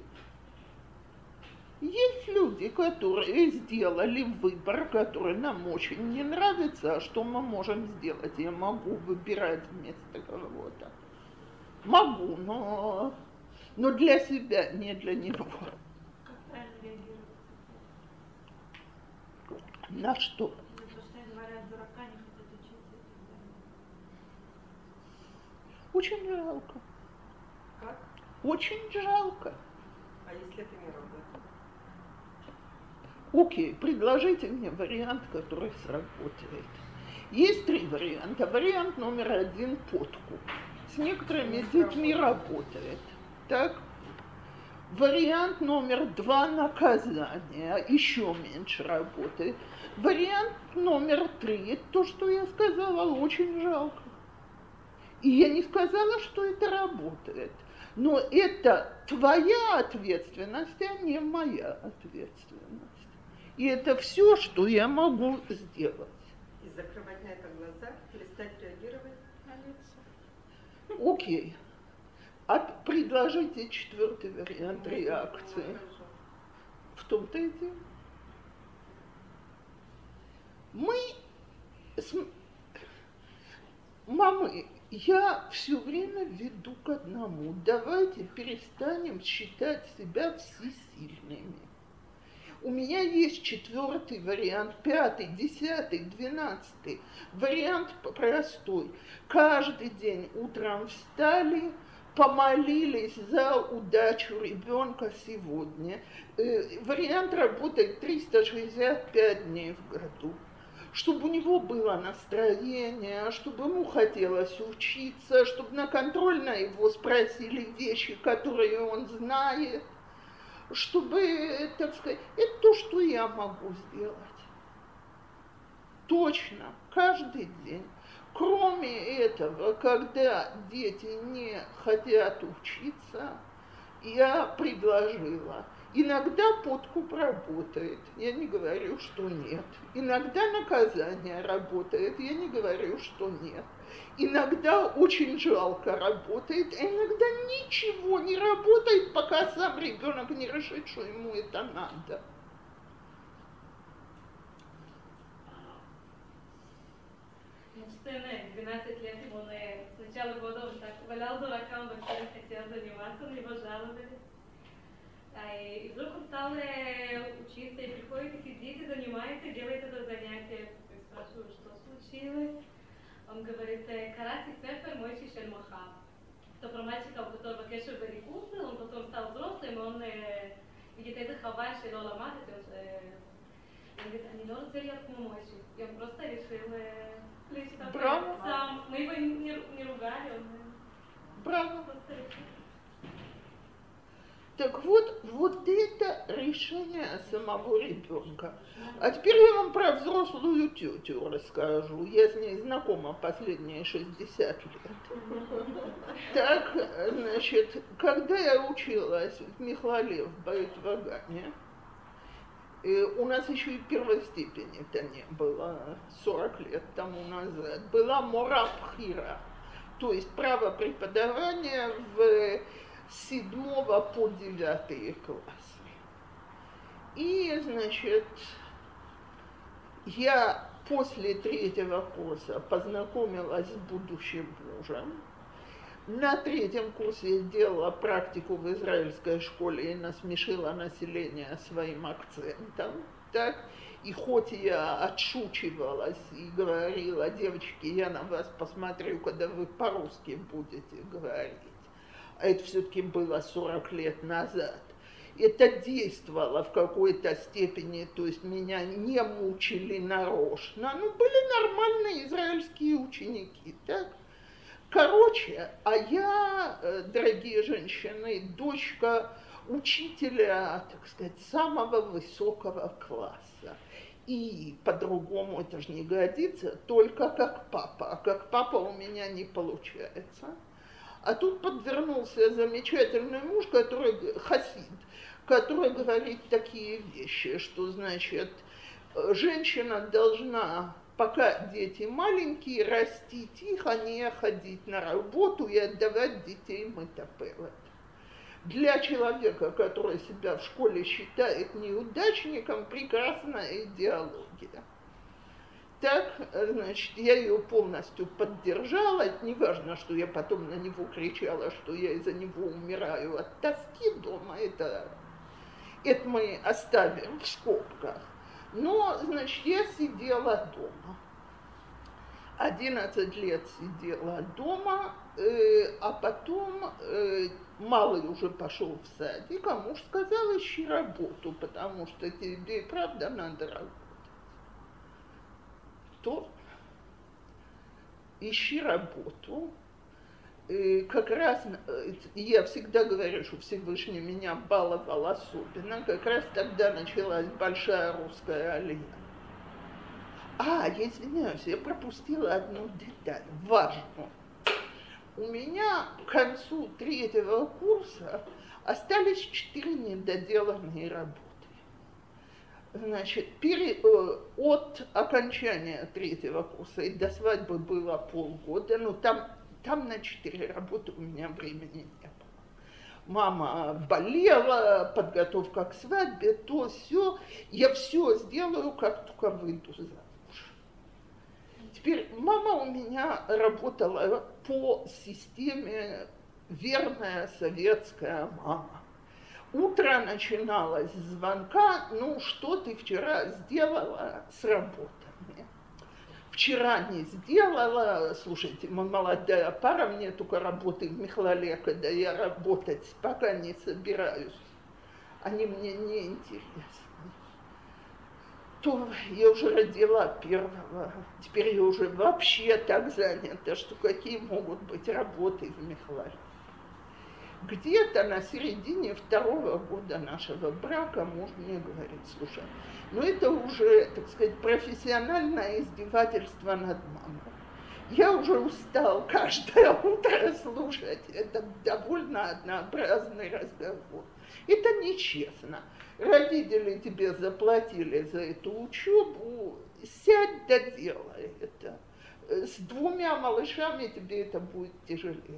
Есть люди, которые сделали выбор, который нам очень не нравится, а что мы можем сделать? Я могу выбирать вместо кого-то. Могу, но для себя, не для него. Как правильно реагировать? На что? На то, что говорят, дурака не хотят Очень жалко. Как? Очень жалко. А если это не работает? Окей, предложите мне вариант, который сработает. Есть 3 варианта. Вариант номер 1 – подкуп. С некоторыми детьми работает. Так? Вариант номер 2 – наказание. Еще меньше работает. Вариант номер 3 – то, что я сказала, очень жалко. И я не сказала, что это работает. Но это твоя ответственность, а не моя ответственность. И это все, что я могу сделать. И закрывать на это глаза, перестать реагировать на лицо. Окей. Предложите 4-й вариант реакции. В том-то и дело. Мамы, я все время веду к одному. Давайте перестанем считать себя всесильными. У меня есть 4-й вариант, 5-й, 10-й, 12-й. Вариант простой. Каждый день утром встали, помолились за удачу ребенка сегодня. Вариант работает 365 дней в году. Чтобы у него было настроение, чтобы ему хотелось учиться, чтобы на контрольно его спросили вещи, которые он знает. Чтобы, так сказать, это то, что я могу сделать. Точно, каждый день. Кроме этого, когда дети не хотят учиться, я предложила. Иногда подкуп работает, я не говорю, что нет. Иногда наказание работает, я не говорю, что нет. Иногда очень жалко работает, а иногда ничего не работает, пока сам ребенок не решит, что ему это надо. Сына 12 лет ему с начала года он так валял дураком, вообще хотел заниматься, на него жаловались. И вдруг он стал учиться и приходит и сидит и занимается, делает это занятие. Я спрашиваю, что случилось? Он говорит, карати сефер мойши шель махар. То про мальчика, у которого кешер барикус был, он потом стал взрослым, он видит это хавай шель ламат, он говорит, אני לא רוצה להיות כמו מוישי. И он просто решил лечь сам. Мы его не ругали, он Браво. просто решил. Так вот это решение самого ребенка. А теперь я вам про взрослую тетю расскажу. Я с ней знакома последние 60 лет. Так, значит, когда я училась в Михлале в Бейт-Вагане, у нас еще и первой степени-то не было, 40 лет тому назад, была мора бхира, то есть право преподавания в 7 по 9 классы. И, значит, я после 3-го курса познакомилась с будущим мужем. На 3-м курсе я делала практику в израильской школе и насмешила население своим акцентом. Так? И хоть я отшучивалась и говорила, девочки, я на вас посмотрю, когда вы по-русски будете говорить, а это все-таки было 40 лет назад, это действовало в какой-то степени, то есть меня не мучили нарочно, но были нормальные израильские ученики, так? Короче, а я, дорогие женщины, дочка учителя, так сказать, самого высокого класса. И по-другому это же не годится, только как папа. А как папа у меня не получается. А тут подвернулся замечательный муж, который хасид, который говорит такие вещи, что, значит, женщина должна, пока дети маленькие, растить их, а не ходить на работу и отдавать детей метапелет. Для человека, который себя в школе считает неудачником, прекрасная идеология. Так, значит, я ее полностью поддержала. Это не важно, что я потом на него кричала, что я из-за него умираю от тоски дома. Это мы оставим в скобках. Но, значит, я сидела дома. 11 лет сидела дома, а потом малый уже пошел в садик, а муж сказал, ищи работу, потому что тебе и правда надо работать. То ищи работу. Как раз я всегда говорю, что Всевышний меня баловал особенно, как раз тогда началась большая русская алия. Я извиняюсь, я пропустила одну деталь, важную. У меня к концу 3-го курса остались 4 недоделанные работы. Значит, от окончания 3-го курса и до свадьбы было полгода, но там на 4 работы у меня времени не было. Мама болела, подготовка к свадьбе, то все. Я все сделаю, как только выйду замуж. Теперь мама у меня работала по системе верная советская мама. Утро начиналось с звонка, что ты вчера сделала с работами? Вчера не сделала, слушайте, мы молодая пара, мне только работы в Михлале, когда я работать пока не собираюсь. Они мне не интересны. То я уже родила первого, теперь я уже вообще так занята, что какие могут быть работы в Михлале. Где-то на середине 2-го года нашего брака муж мне говорит, слушай, это уже, так сказать, профессиональное издевательство над мамой. Я уже устал каждое утро слушать этот довольно однообразный разговор. Это нечестно. Родители тебе заплатили за эту учебу, сядь да делай это. С 2 малышами тебе это будет тяжелее.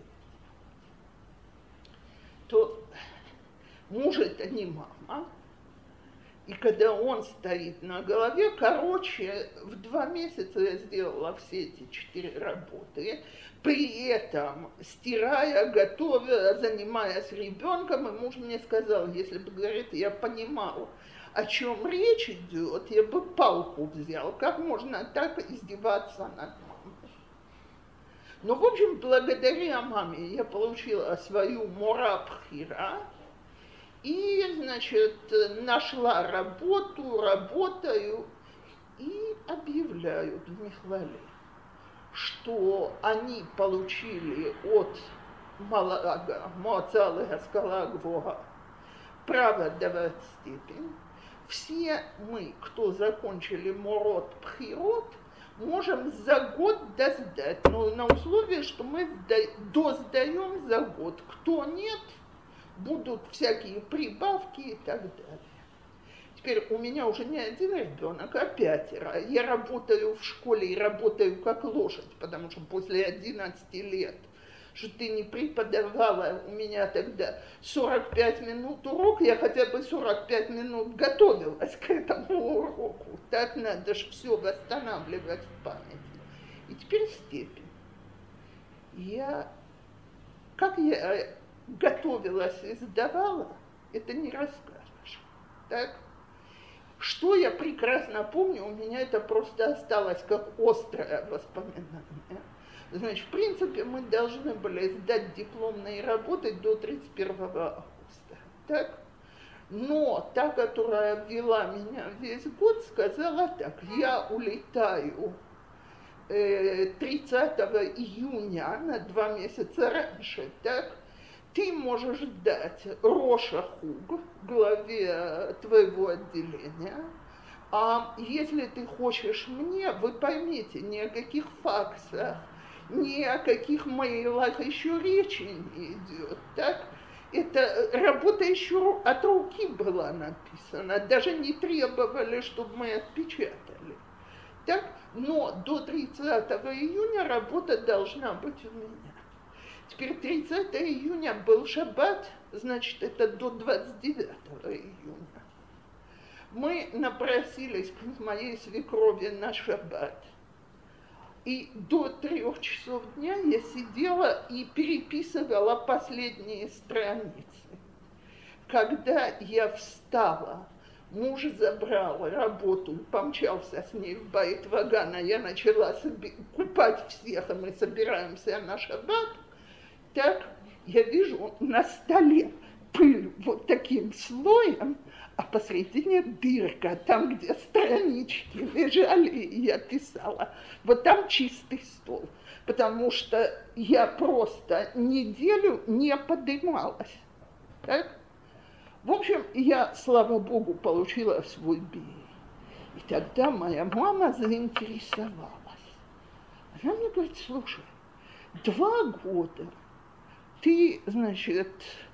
То муж это не мама, и когда он стоит на голове, в 2 месяца я сделала все эти 4 работы, при этом стирая, готовя, занимаясь ребенком, и муж мне сказал, если бы, говорит, я понимал, о чем речь идет, я бы палку взял, как можно так издеваться над мамой. В общем, благодаря маме я получила свою мора бхира и, значит, нашла работу, работаю, и объявляют в Михлале, что они получили от Малага, Моаца лехаскала гвоха, право давать степень. Все мы, кто закончили морот бхирот, можем за год досдать, но на условии, что мы досдаем за год. Кто нет, будут всякие прибавки и так далее. Теперь у меня уже не 1 ребенок, а 5. Я работаю в школе и работаю как лошадь, потому что после 11 лет, что ты не преподавала у меня тогда 45 минут урок, я хотя бы 45 минут готовилась к этому уроку. Так надо же все восстанавливать в памяти. И теперь степень. Как я готовилась и сдавала, это не расскажешь. Так? Что я прекрасно помню, у меня это просто осталось как острое воспоминание. Значит, в принципе, мы должны были сдать дипломные работы до 31 августа. Так? Но та, которая вела меня весь год, сказала так, я улетаю 30 июня на 2 месяца раньше, так? Ты можешь дать Роша Хуг, главе твоего отделения, а если ты хочешь мне, вы поймите, ни о каких факсах, ни о каких мейлах еще речи не идет, так? Это работа еще от руки была написана, даже не требовали, чтобы мы отпечатали, так? Но до 30 июня работа должна быть у меня. Теперь 30 июня был шаббат, значит, это до 29 июня. Мы напросились к моей свекрови на шаббат. И до 3 часов дня я сидела и переписывала последние страницы. Когда я встала, Муж забрал работу и помчался с ней в Байт-Ваган, а я начала купать всех, и мы собираемся на шаббат. Так я вижу на столе пыль вот таким слоем, а посредине дырка, там, где странички лежали, и я писала. Вот там чистый стол, потому что я просто неделю не поднималась. Так? В общем, я, слава Богу, получила свой бей. И тогда моя мама заинтересовалась. Она мне говорит: слушай, 2 года ты, значит,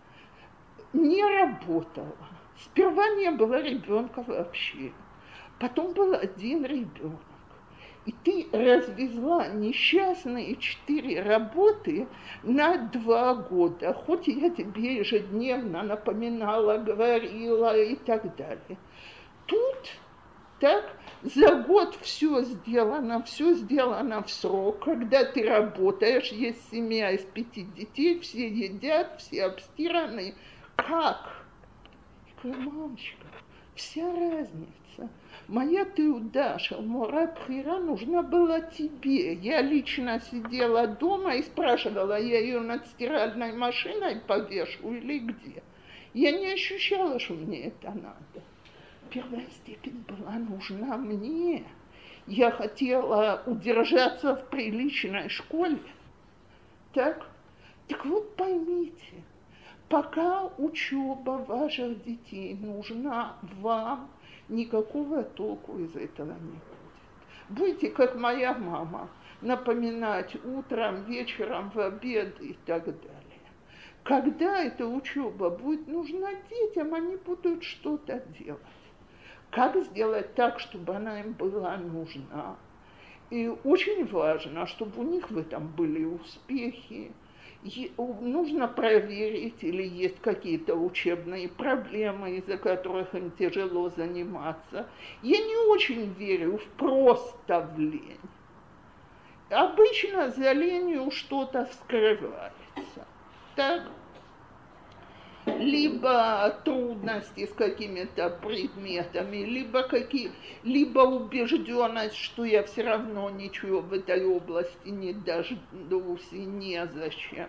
не работала. Сперва не было ребенка вообще, потом был 1 ребенок. И ты развезла несчастные 4 работы на 2 года, хоть я тебе ежедневно напоминала, говорила и так далее. Тут так за год все сделано в срок. Когда ты работаешь, есть семья из 5 детей, все едят, все обстираны. Как? Я говорю: мамочка, вся разница. Моя тыуда шалмура бхира нужна была тебе. Я лично сидела дома и спрашивала, я ее над стиральной машиной повешу или где. Я не ощущала, что мне это надо. Первая степень была нужна мне. Я хотела удержаться в приличной школе. Так вот поймите, пока учеба ваших детей нужна вам, никакого толку из этого не будет. Будете, как моя мама, напоминать утром, вечером, в обед и так далее. Когда эта учеба будет нужна детям, они будут что-то делать. Как сделать так, чтобы она им была нужна? И очень важно, чтобы у них в этом были успехи. Нужно проверить, или есть какие-то учебные проблемы, из-за которых им тяжело заниматься. Я не очень верю просто в лень. Обычно за ленью что-то скрывается. Так? Либо трудности с какими-то предметами, либо убежденность, что я все равно ничего в этой области не дождусь и незачем.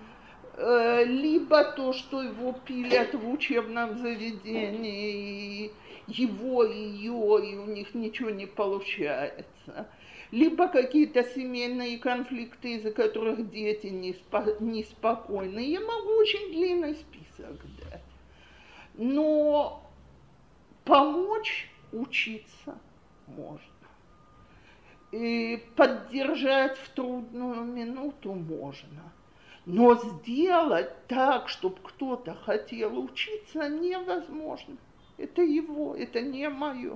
Либо то, что его пилят в учебном заведении, его, ее, и у них ничего не получается. Либо какие-то семейные конфликты, из-за которых дети неспокойны. Я могу очень длинный список дать. Но помочь учиться можно. И поддержать в трудную минуту можно. Но сделать так, чтобы кто-то хотел учиться, невозможно. Это его, это не мое.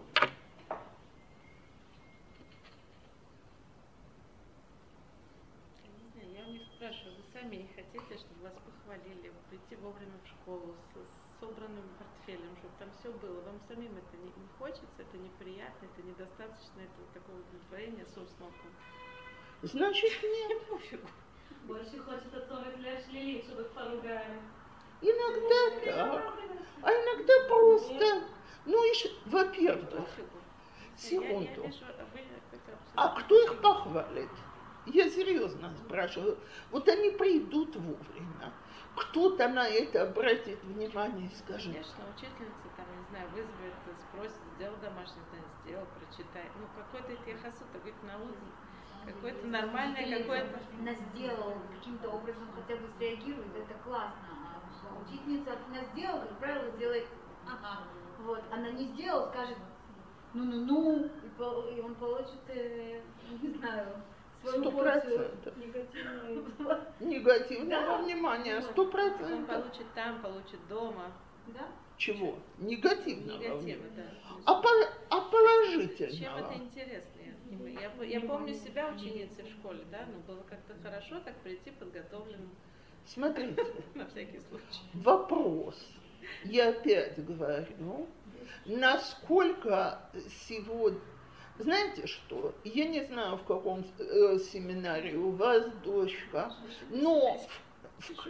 Спрашиваю, вы сами не хотите, чтобы вас похвалили, прийти вовремя в школу с собранным портфелем, чтобы там все было? Вам самим это не хочется, это неприятно, это недостаточно, это вот такое удовлетворение собственного. Значит, нет. Больше хочется целых лет шлили, чтобы их поругали. Иногда так, а иногда просто, во-первых, секунду, а кто их похвалит? Я серьезно спрашиваю. Вот они придут вовремя. Кто-то на это обратит внимание и скажет. Конечно, учительница там, не знаю, вызовет, спросит, сделал домашнее задание, сделал, прочитай. Какой-то яхасут, говорит, на уровне. Какое-то нормальное, какое-то... Она сделала каким-то образом, хотя бы среагирует, это классно. А учительница она сделала, как правило, сделает ага. Вот, она не сделала, скажет ну, и он получит, не знаю, 100% негативного внимания, 100%. Он получит там, получит дома. Да? Чего? Негативного. Негативно, да. А положительного? Чем это интересно? Я помню себя ученицей в школе, да, но было как-то хорошо так прийти подготовленным. Смотрите. На всякий случай. Вопрос. Я опять говорю, насколько сегодня... Знаете что? Я не знаю, в каком семинаре у вас дочка, но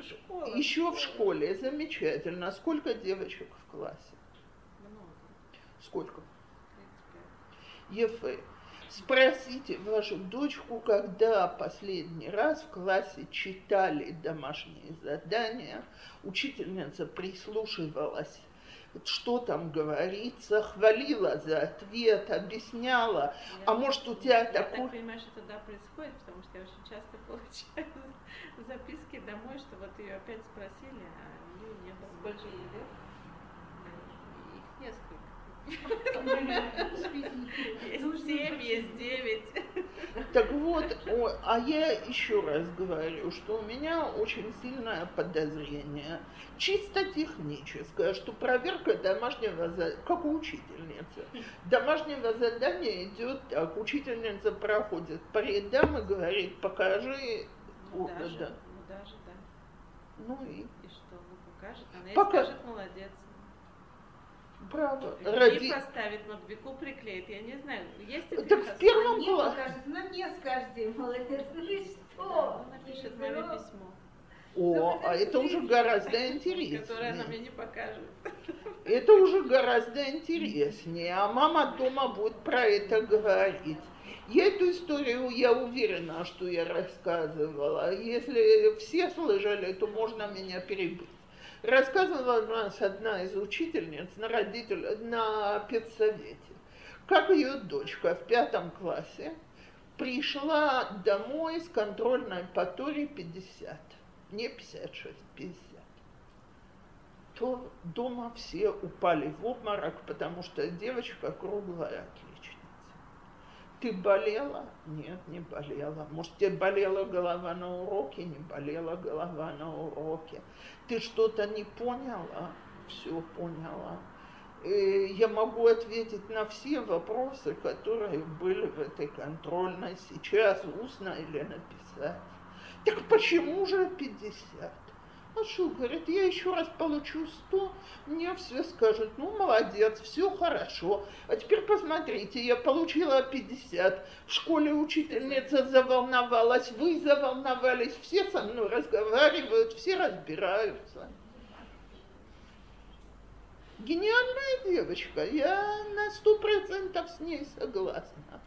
еще в школе замечательно. Сколько девочек в классе? Много. Сколько? 35. Ефе. Спросите вашу дочку, когда последний раз в классе читали домашние задания, учительница прислушивалась, что там говорится, хвалила за ответ, объясняла. А может, у тебя я такой... так понимаю, что тогда происходит, потому что я очень часто получаю записки домой, что вот ее опять спросили, а ее не было. Сколько ей лет? Их несколько. Есть 7, есть 9. Так вот, а я еще раз говорю, что у меня очень сильное подозрение, чисто техническое, что проверка домашнего задания, как у учительницы, домашнего задания идет так, учительница проходит по рядам и говорит, покажи. Даже, Да. да. Ну и И что, покажет? Она ей Пока- скажет, молодец. браво. Ей поставит, Матвейку приклеит, я не знаю, есть это? Так в первом Мне классе. покажет, она мне скажет, молодец, ну и Да, что? он напишет маме письмо, О, а это уже гораздо интереснее. которое она мне не покажет. Это уже гораздо интереснее, а мама дома будет про это говорить. Я эту историю, я уверена, что я рассказывала. Если все слышали, то можно меня перебить. Рассказывала у нас одна из учительниц на педсовете, как ее дочка в 5 классе пришла домой с контрольной по Торе 50, не 56, 50. То дома все упали в обморок, потому что девочка круглая отличница. Ты болела? Нет, не болела. Может, тебе болела голова на уроке? Не болела голова на уроке. Ты что-то не поняла? Все поняла. Я могу ответить на все вопросы, которые были в этой контрольной сейчас, устно или написать. Так почему же 50? А что, говорит, я еще раз получу 100, мне все скажут, ну, молодец, все хорошо. А теперь посмотрите, я получила 50, в школе учительница заволновалась, вы заволновались, все со мной разговаривают, все разбираются. Гениальная девочка, я на 100% с ней согласна.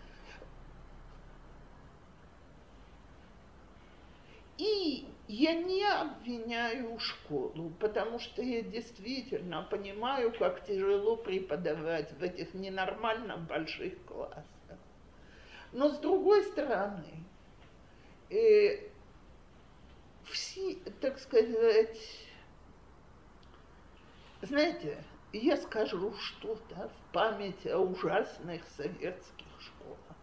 И я не обвиняю школу, потому что я действительно понимаю, как тяжело преподавать в этих ненормально больших классах. Но с другой стороны, все, так сказать, знаете, я скажу что-то в память о ужасных советских школах.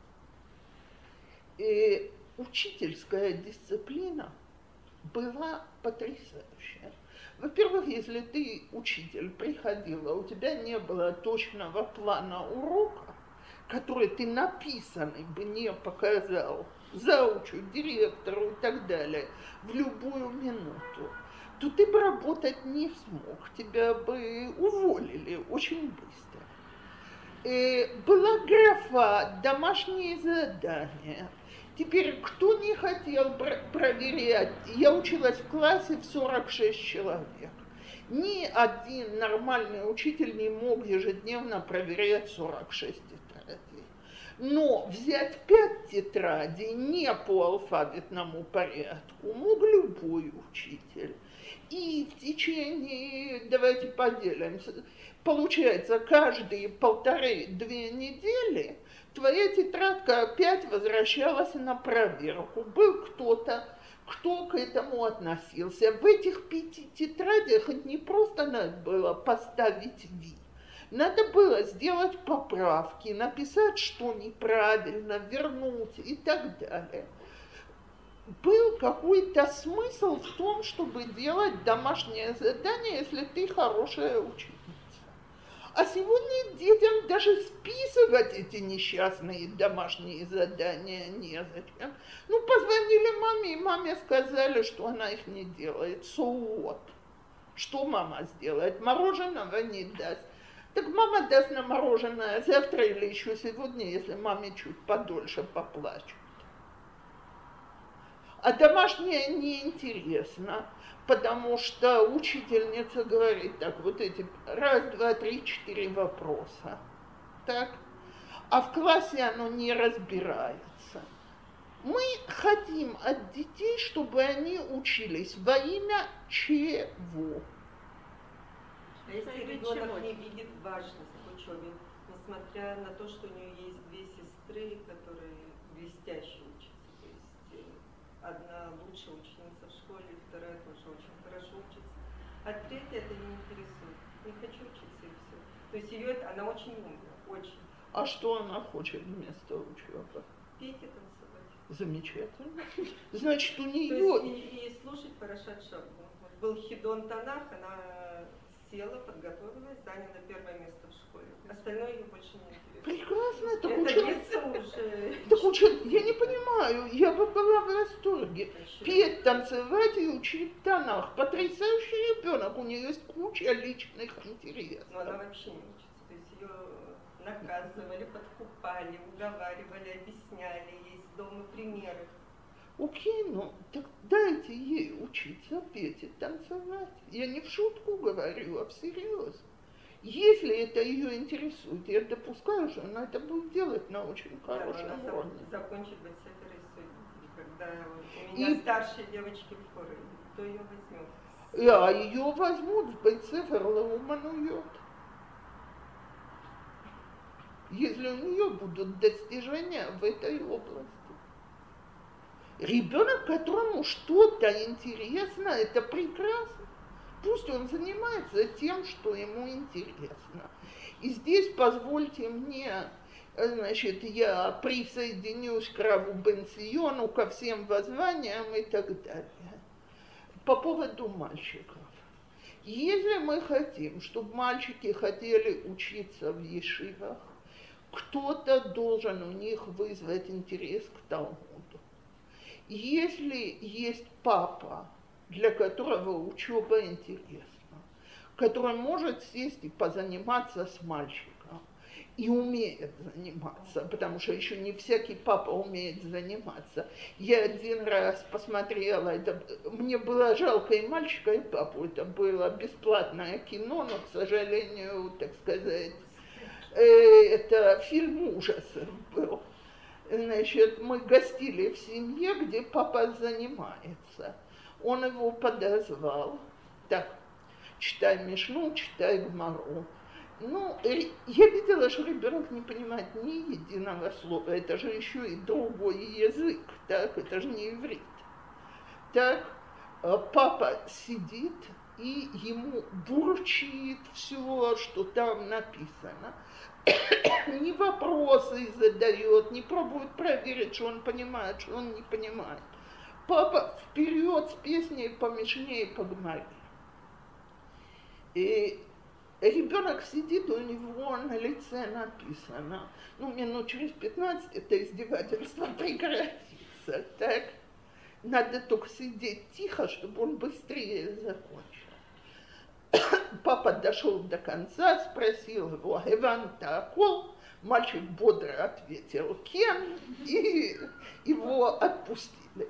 Учительская дисциплина была потрясающая. Во-первых, если ты учитель приходила, у тебя не было точного плана урока, который ты написанный бы не показал заучу, директору и так далее в любую минуту, то ты бы работать не смог, тебя бы уволили очень быстро. Была графа «Домашние задания». Теперь, кто не хотел проверять, я училась в классе в 46 человек. Ни один нормальный учитель не мог ежедневно проверять 46 тетрадей. Но взять 5 тетрадей не по алфавитному порядку мог любой учитель. И в течение, давайте поделимся, получается, каждые 1,5-2 недели твоя тетрадка опять возвращалась на проверку. Был кто-то, кто к этому относился. В этих 5 тетрадях не просто надо было поставить «ви». Надо было сделать поправки, написать, что неправильно, вернуть и так далее. Был какой-то смысл в том, чтобы делать домашнее задание, если ты хорошая ученица. А сегодня детям даже списывать эти несчастные домашние задания незачем. Ну, позвонили маме, и маме сказали, что она их не делает. So what? Что мама сделает? Мороженого не даст. Так мама даст на мороженое завтра или еще сегодня, если маме чуть подольше поплачут. А домашнее неинтересно, потому что учительница говорит так, вот эти 1, 2, 3, 4 вопроса. Так? А в классе оно не разбирается. Мы хотим от детей, чтобы они учились во имя чего? А если ребенок не видит важность в учебе, несмотря на то, что у нее есть 2 сестры, которые блестяще учатся, то есть одна лучшая ученица в школе, вторая тоже очень хорошо учится, а третья это не интересует. Не хочу учиться и все. То есть ее она очень умная, очень. А что она хочет вместо учебы? Петь и танцевать. Замечательно. Значит, у нее... То есть и слушать Парашат Шаббу. Был Хидон Танах, она села, подготовилась, заняла 1 место в школе. Остальное ее больше не интересует. Прекрасно, это уже... Так учат, я не понимаю, я бы была в восторге. Петь, танцевать и учить Танах. Потрясающий ребенок, у нее есть куча личных интересов. Но она вообще не учится. То есть ее наказывали, подкупали, уговаривали, объясняли, есть дома примеры. Окей, ну так дайте ей учиться петь и танцевать. Я не в шутку говорю, а всерьез. Если это ее интересует, я допускаю, что она это будет делать на очень хорошем уровне. Закончит Бет-Сефер и судьи. Когда у меня старшие девочки в хоре, кто ее возьмет? А ее возьмут в Бет-Сефер Леумануйот. Если у нее будут достижения в этой области. Ребенок, которому что-то интересно, это прекрасно. Пусть он занимается тем, что ему интересно. И здесь позвольте мне, значит, я присоединюсь к Раву Бен-Циону, ко всем воззваниям и так далее. По поводу мальчиков. Если мы хотим, чтобы мальчики хотели учиться в ешивах, кто-то должен у них вызвать интерес к Талмуду. Если есть папа, для которого учеба интересна, который может сесть и позаниматься с мальчиком, и умеет заниматься, потому что еще не всякий папа умеет заниматься. Я один раз посмотрела, мне было жалко и мальчика, и папу, это было бесплатное кино, но, к сожалению, так сказать, это фильм ужасов был. Значит, мы гостили в семье, где папа занимается. Он его подозвал. Так, читай Мишну, читай Гмару. Ну, я видела, что ребенок не понимает ни единого слова. Это же еще и другой язык, так? Это же не иврит. Так, папа сидит и ему бурчит все, что там написано. Ни вопросы задает, не пробует проверить, что он понимает, что он не понимает. Папа вперед с песней по Мишне и по Гмаре. И ребенок сидит, у него на лице написано, ну, минут через 15 это издевательство прекратится, так? Надо только сидеть тихо, чтобы он быстрее закончил. Папа дошел до конца, спросил его, «Эванта акол?» Мальчик бодро ответил, «Кен?» И его отпустили.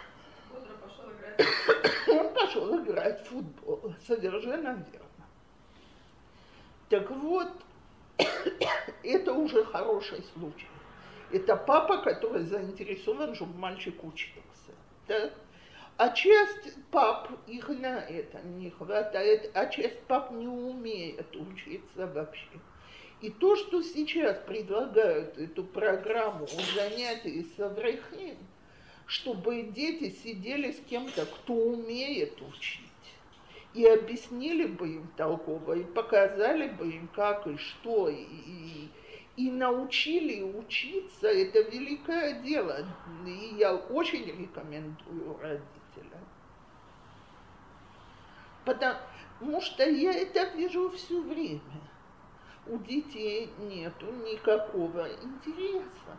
Он пошел играть в футбол, совершенно верно. Так вот, это уже хороший случай. Это папа, который заинтересован, чтобы мальчик учился. Так? А часть пап, их на это не хватает, а часть пап не умеет учиться вообще. И то, что сейчас предлагают эту программу занятий с Аврахим, чтобы дети сидели с кем-то, кто умеет учить, и объяснили бы им толково, и показали бы им, как и что, и научили учиться, это великое дело. И я очень рекомендую родителям. Потому что я это вижу все время. У детей нету никакого интереса.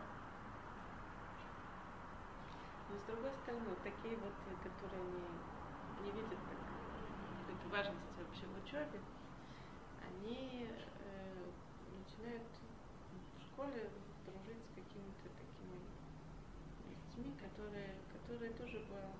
Но с другой стороны, такие вот, которые не видят какой-то важности вообще в учебе, они начинают в школе дружить с какими-то такими детьми, которые тоже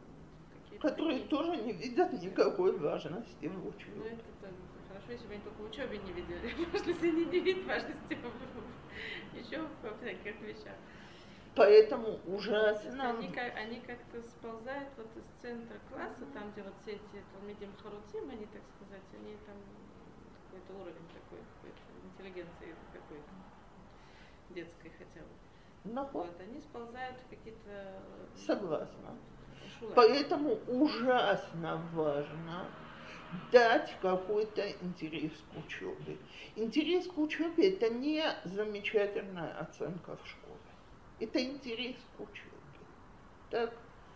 которые тоже не видят никакой важности в учебе. Ну, это хорошо, если бы они только в учебе не видели, потому что если они не видят важности еще во всяких вещах. Поэтому ужасно. Они как-то сползают вот из центра класса, там, где вот все эти талмидим харуцим, они, так сказать, они там какой-то уровень такой, какой-то интеллигенции какой-то детской хотя бы. Вот, они сползают в какие-то... Согласна. Шулы. Поэтому ужасно важно дать какой-то интерес к учебе. Интерес к учебе – это не замечательная оценка в школе. Это интерес к учебе. Так?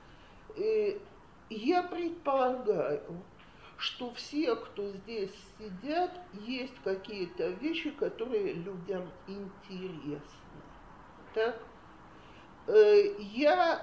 Я предполагаю, что все, кто здесь сидят, есть какие-то вещи, которые людям интересны. Так? Я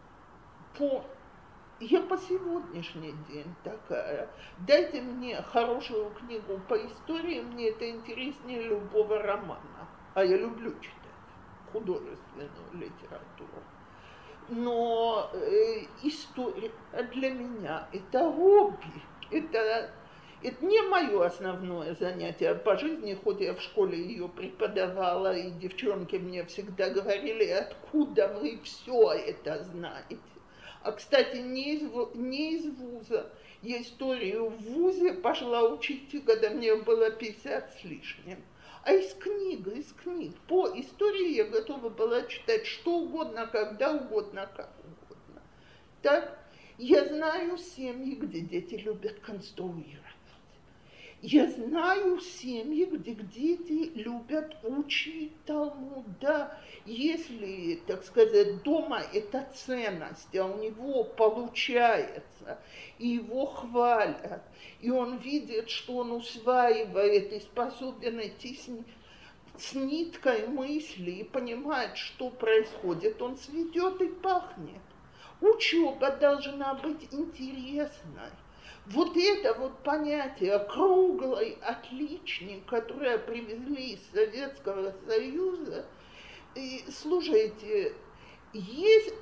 по сегодняшний день такая. Дайте мне хорошую книгу по истории, мне это интереснее любого романа. А я люблю читать художественную литературу. Но история для меня это хобби. Это не мое основное занятие по жизни, хоть я в школе ее преподавала, и девчонки мне всегда говорили, откуда вы все это знаете. А, кстати, не из вуза. Я историю в вузе пошла учить, когда мне было 50 с лишним. А из книг. По истории я готова была читать что угодно, когда угодно, как угодно. Так, я знаю семьи, где дети любят конструировать. Я знаю семьи, где дети любят учить Талмуд. Да, если, так сказать, дома это ценность, а у него получается, и его хвалят, и он видит, что он усваивает и способен идти с ниткой мысли и понимает, что происходит, он цветет и пахнет. Учеба должна быть интересной. Вот это вот понятие круглый отличник, которое привезли из Советского Союза, и, слушайте, если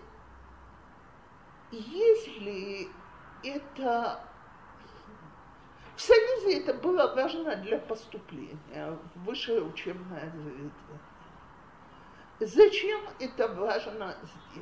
это... В Союзе это было важно для поступления в высшее учебное заведение. Зачем это важно здесь?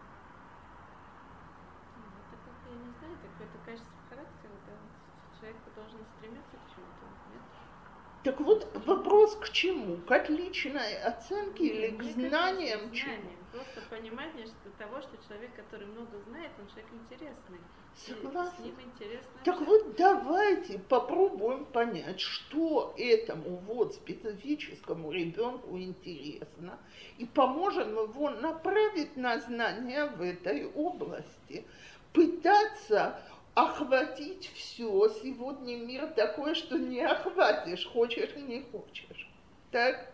Я не знаю, это какое-то качество характера, да? Человек должен стремиться к чему-то, нет? Так вот, вопрос к чему? К отличной оценке или к знаниям? Просто понимание того, что человек, который много знает, он человек интересный. Согласна. С ним интересно. Так вот, давайте попробуем понять, что этому вот специфическому ребенку интересно, и поможем его направить на знания в этой области. Пытаться охватить все. Сегодня мир такой, что не охватишь, хочешь и не хочешь. Так?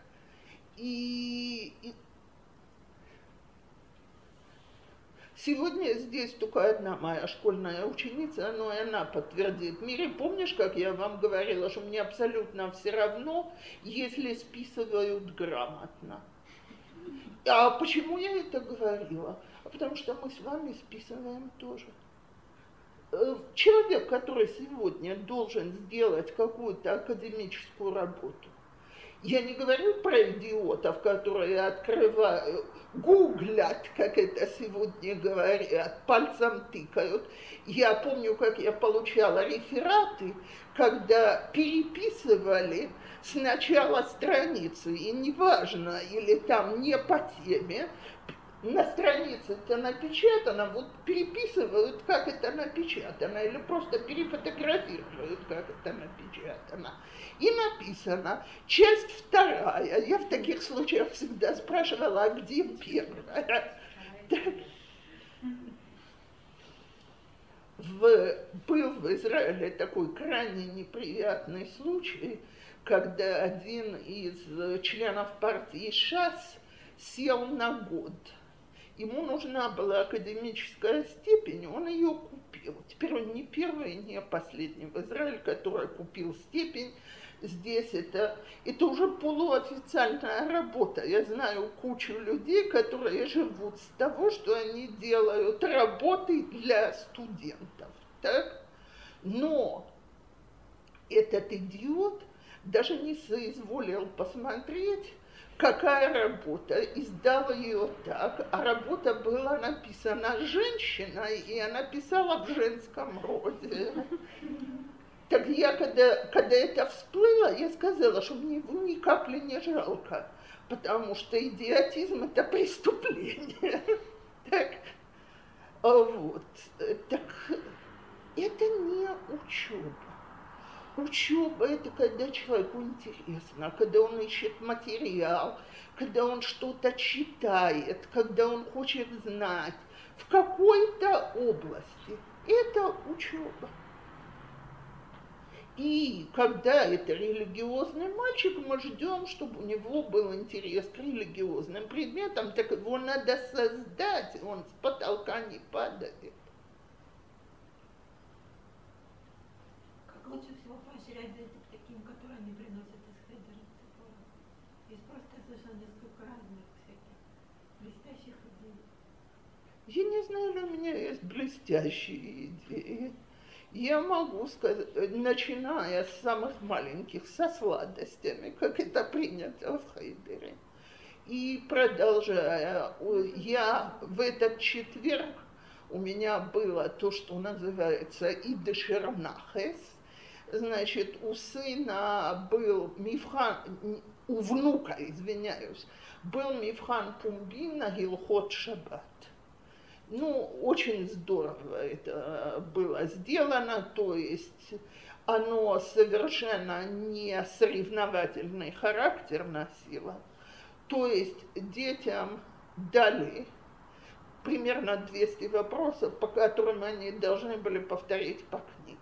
Сегодня здесь только одна моя школьная ученица, но и она подтвердит. Мири, помнишь, как я вам говорила, что мне абсолютно все равно, если списывают грамотно? А почему я это говорила? Потому что мы с вами списываем тоже. Человек, который сегодня должен сделать какую-то академическую работу, я не говорю про идиотов, которые открывают, гуглят, как это сегодня говорят, пальцем тыкают. Я помню, как я получала рефераты, когда переписывали сначала страницы, и неважно, или там не по теме, на странице это напечатано, вот переписывают, как это напечатано, или просто перефотографируют, как это напечатано. И написано, часть вторая. Я в таких случаях всегда спрашивала, а где первая? Был в Израиле такой крайне неприятный случай, когда один из членов партии ШАС сел на год. Ему нужна была академическая степень, он ее купил. Теперь он не первый, не последний в Израиле, который купил степень здесь это уже полуофициальная работа. Я знаю кучу людей, которые живут с того, что они делают работы для студентов. Так? Но этот идиот даже не соизволил посмотреть, какая работа, и сдал ее так, а работа была написана женщиной, и она писала в женском роде. Так я, когда это всплыло, я сказала, что мне его ни капли не жалко, потому что идиотизм – это преступление. Так, вот. Так это не учеба. Учеба – это когда человеку интересно, когда он ищет материал, когда он что-то читает, когда он хочет знать в какой-то области. Это учеба. И когда это религиозный мальчик, мы ждем, чтобы у него был интерес к религиозным предметам, так его надо создать, он с потолка не падает. Как лучше всего поощрять детей к таким, которые они приносят из хедера цепора? Есть просто совершенно несколько разных всяких блестящих идей. Я не знаю, у меня есть блестящие идеи. Я могу сказать, начиная с самых маленьких, со сладостями, как это принято в хейдере, и продолжая, я в этот четверг, у меня было то, что называется идешернахес, значит, у сына был мивхан, у внука, извиняюсь, был мивхан пумби на Гилхот Шаббат. Ну, очень здорово это было сделано, то есть оно совершенно не соревновательный характер носило. То есть детям дали примерно 200 вопросов, по которым они должны были повторить по книге.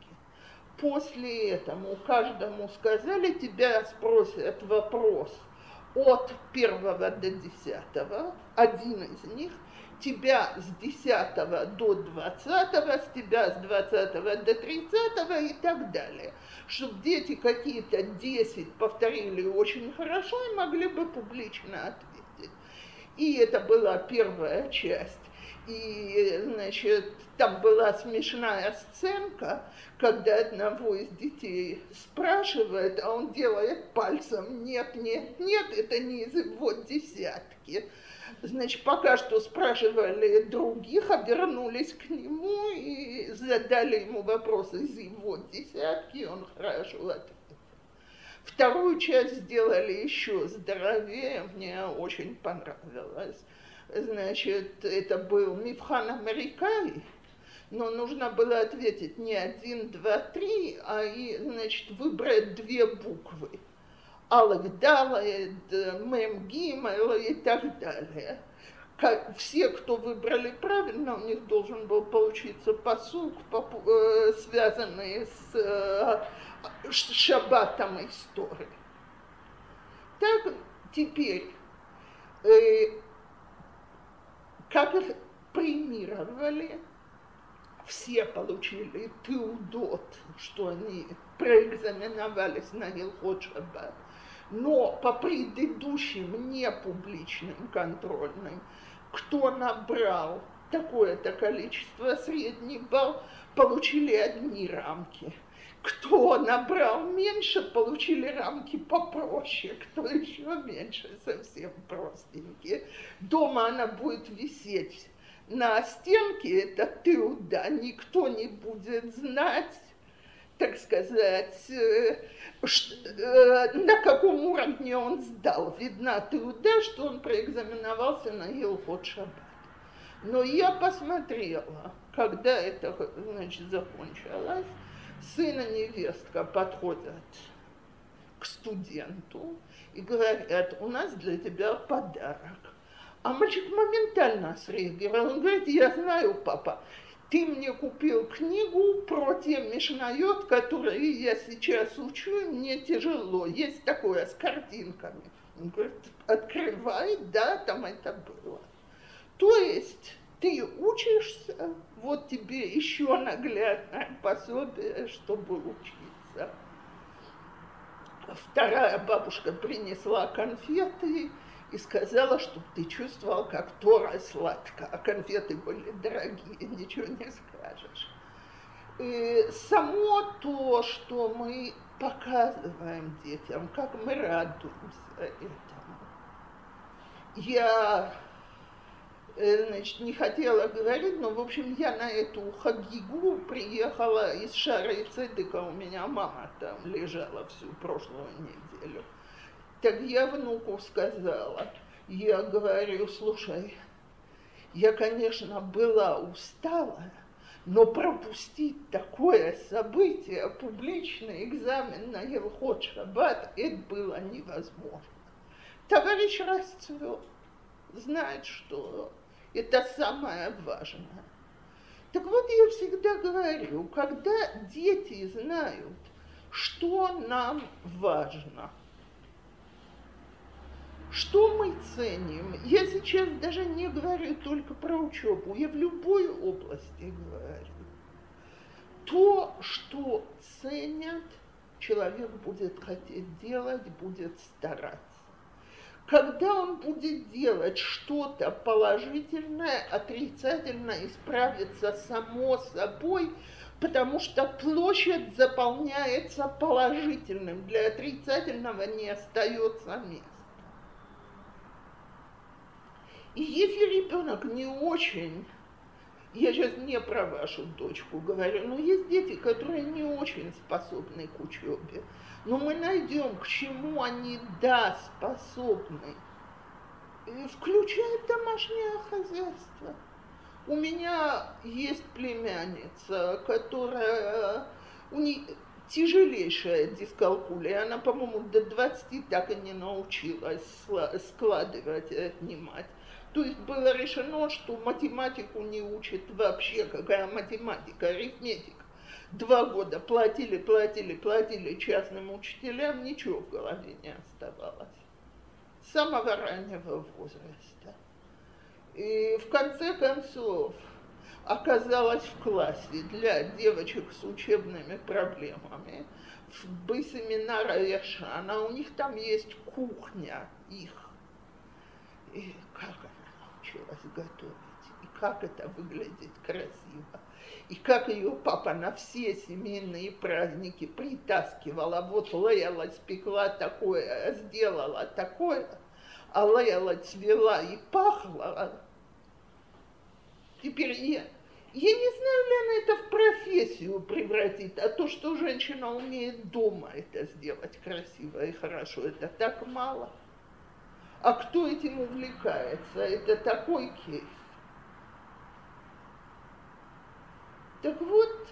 После этого каждому сказали, тебя спросят вопрос от 1 до 10, один из них, тебя с 10 до 20, с тебя с 20 до 30 и так далее. Чтобы дети какие-то 10 повторили очень хорошо и могли бы публично ответить. И это была первая часть. И, значит, там была смешная сценка, когда одного из детей спрашивает, а он делает пальцем «нет, нет, нет, это не из его десятки». Значит, пока что спрашивали других, а вернулись к нему и задали ему вопросы из его десятки, и он хорошо ответил. Вторую часть сделали еще здоровее, мне очень понравилось. Значит, это был мивхан америкай, но нужно было ответить не 1, 2, 3, а и, значит, выбрать 2 буквы. Алеф, Далед, Мем, Гимел и так далее. Все, кто выбрали правильно, у них должен был получиться пасук, связанный с шаббатом истории. Так, теперь, как их премировали, все получили теудот, что они проэкзаменовались на Гилхот Шаббат, но по предыдущим непубличным контрольным, кто набрал такое-то количество, средний балл, получили одни рамки. Кто набрал меньше, получили рамки попроще, кто еще меньше, совсем простенькие. Дома она будет висеть на стенке, это теуда, никто не будет знать, так сказать, на каком уровне он сдал. Видна теуда, что он проэкзаменовался на Гилхот Шаббат. Но я посмотрела, когда это, значит, закончилось, сын и невестка подходят к студенту и говорят, у нас для тебя подарок. А мальчик моментально среагировал. Он говорит, я знаю, папа, ты мне купил книгу про те мишнайот, которые я сейчас учу, и мне тяжело. Есть такое с картинками. Он говорит, открывай, да, там это было. То есть ты учишься, вот тебе еще наглядное пособие, чтобы учиться. вторая бабушка принесла конфеты и сказала, чтобы ты чувствовал, как Тора сладко. А конфеты были дорогие, ничего не скажешь. И само то, что мы показываем детям, как мы радуемся этому. Я, значит, не хотела говорить, но, в общем, я на эту хагигу приехала из Шары Цедека, у меня мама там лежала всю прошлую неделю. Так я внуку сказала, я говорю, слушай, я, конечно, была устала, но пропустить такое событие, публичный экзамен на Илхот Шаббат, это было невозможно. Товарищ расцвел, знает, что это самое важное. Так вот, я всегда говорю, когда дети знают, что нам важно, что мы ценим, я сейчас даже не говорю только про учебу, я в любой области говорю, то, что ценят, человек будет хотеть делать, будет стараться. Когда он будет делать что-то положительное, отрицательное исправится само собой, потому что площадь заполняется положительным, для отрицательного не остается места. И если ребенок не очень, я сейчас не про вашу дочку говорю, но есть дети, которые не очень способны к учебе. Но мы найдем, к чему они, да, способны. Включая домашнее хозяйство. У меня есть племянница, которая, у нее тяжелейшая дискалкулия. Она, по-моему, до 20 так и не научилась складывать и отнимать. То есть было решено, что математику не учат вообще. Какая математика, арифметика. 2 года платили частным учителям, ничего в голове не оставалось. С самого раннего возраста. И в конце концов оказалась в классе для девочек с учебными проблемами в Бейт-семинара Яшана. У них там есть кухня их. И как она научилась готовить, и как это выглядит красиво. И как ее папа на все семейные праздники притаскивал, а вот Лейла спекла такое, сделала такое, а Лейла цвела и пахла. Теперь я не знаю, ли она это в профессию превратит, а то, что женщина умеет дома это сделать красиво и хорошо, это так мало. А кто этим увлекается? Это такой кейс. Так вот,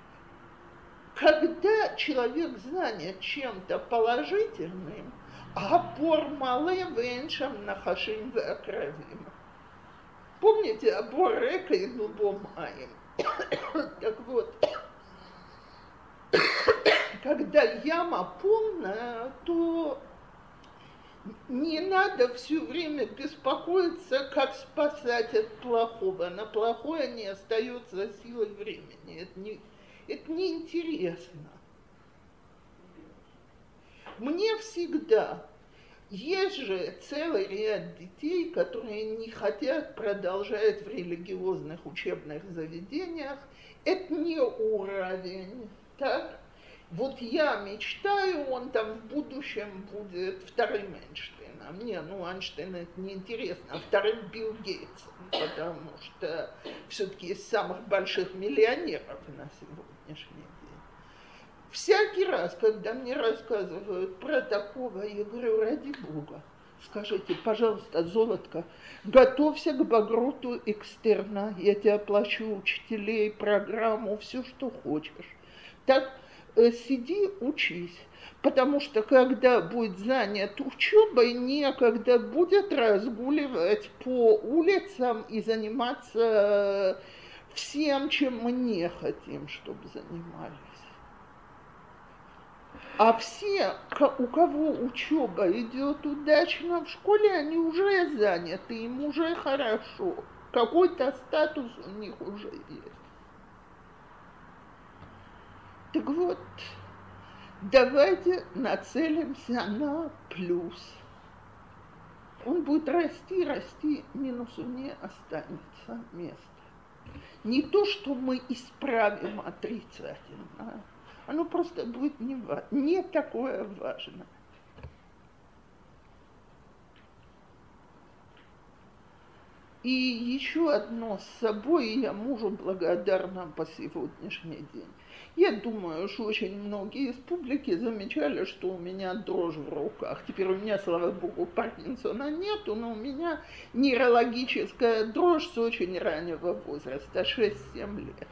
когда человек занят чем-то положительным, абор мале веншам нахашим веакравим. Помните, абор река и лубом аим. Так вот, когда яма полная, то не надо все время беспокоиться, как спасать от плохого. На плохое не остается силы времени. Это неинтересно. Мне всегда есть же целый ряд детей, которые не хотят продолжать в религиозных учебных заведениях. Это не уровень, так? Вот я мечтаю, он там в будущем будет вторым Эйнштейном. Не, Эйнштейн это неинтересно, а вторым Билл Гейтсом, потому что все-таки из самых больших миллионеров на сегодняшний день. Всякий раз, когда мне рассказывают про такого, я говорю, ради Бога, скажите, пожалуйста, золотко, готовься к багруту экстерна, я тебе оплачу учителей, программу, все, что хочешь. Так, сиди, учись, потому что когда будет занят учебой, некогда будет разгуливать по улицам и заниматься всем, чем мы не хотим, чтобы занимались. А все, у кого учеба идет удачно в школе, они уже заняты, им уже хорошо. Какой-то статус у них уже есть. Так вот, Давайте нацелимся на плюс. Он будет расти, расти, минусу не останется места. Не то, что мы исправим отрицательно, оно просто будет не такое важное. И еще одно с собой, я мужу благодарна по сегодняшний день. Я думаю, что очень многие из публики замечали, что у меня дрожь в руках. Теперь у меня, слава богу, Паркинсона нету, но у меня нейрологическая дрожь с очень раннего возраста, 6-7 лет.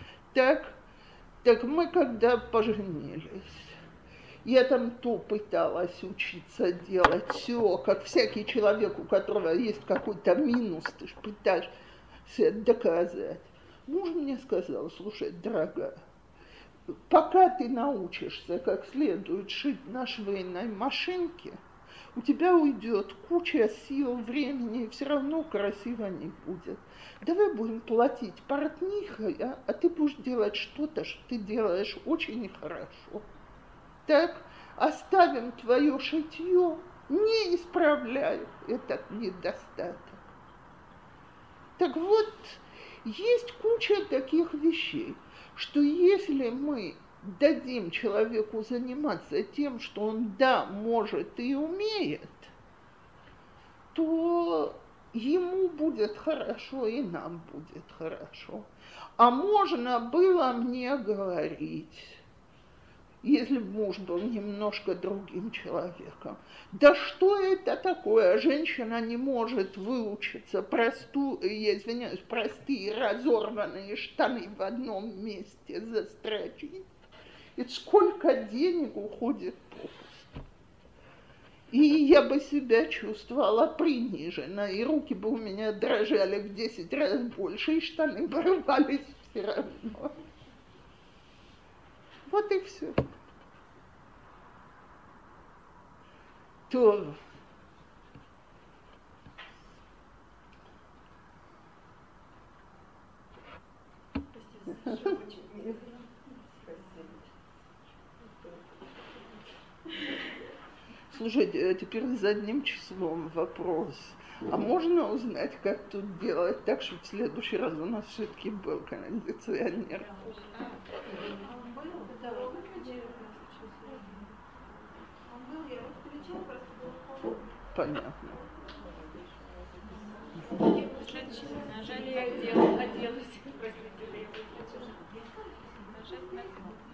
Так мы когда поженились, я там то пыталась учиться делать все, как всякий человек, у которого есть какой-то минус, ты же пытаешься доказать. Муж мне сказал: слушай, дорогая, пока ты научишься как следует шить на швейной машинке, у тебя уйдет куча сил, времени, и все равно красиво не будет. Давай будем платить портнихой, а ты будешь делать что-то, что ты делаешь очень хорошо. Так, оставим твое шитье, не исправляю этот недостаток. Так вот, есть куча таких вещей, что если мы дадим человеку заниматься тем, что он, да, может и умеет, то ему будет хорошо и нам будет хорошо. А можно было мне говорить, если бы муж был немножко другим человеком: да что это такое? Женщина не может выучиться простые разорванные штаны в одном месте застрочить. И сколько денег уходит попусту. И я бы себя чувствовала приниженно, и руки бы у меня дрожали в 10 раз больше, и штаны вырывались все равно. Вот и все. То слушайте, а теперь задним числом вопрос. А можно узнать, как тут делать так, чтобы в следующий раз у нас все-таки был кондиционер? Понятно. Нажали, оделась. Нажать на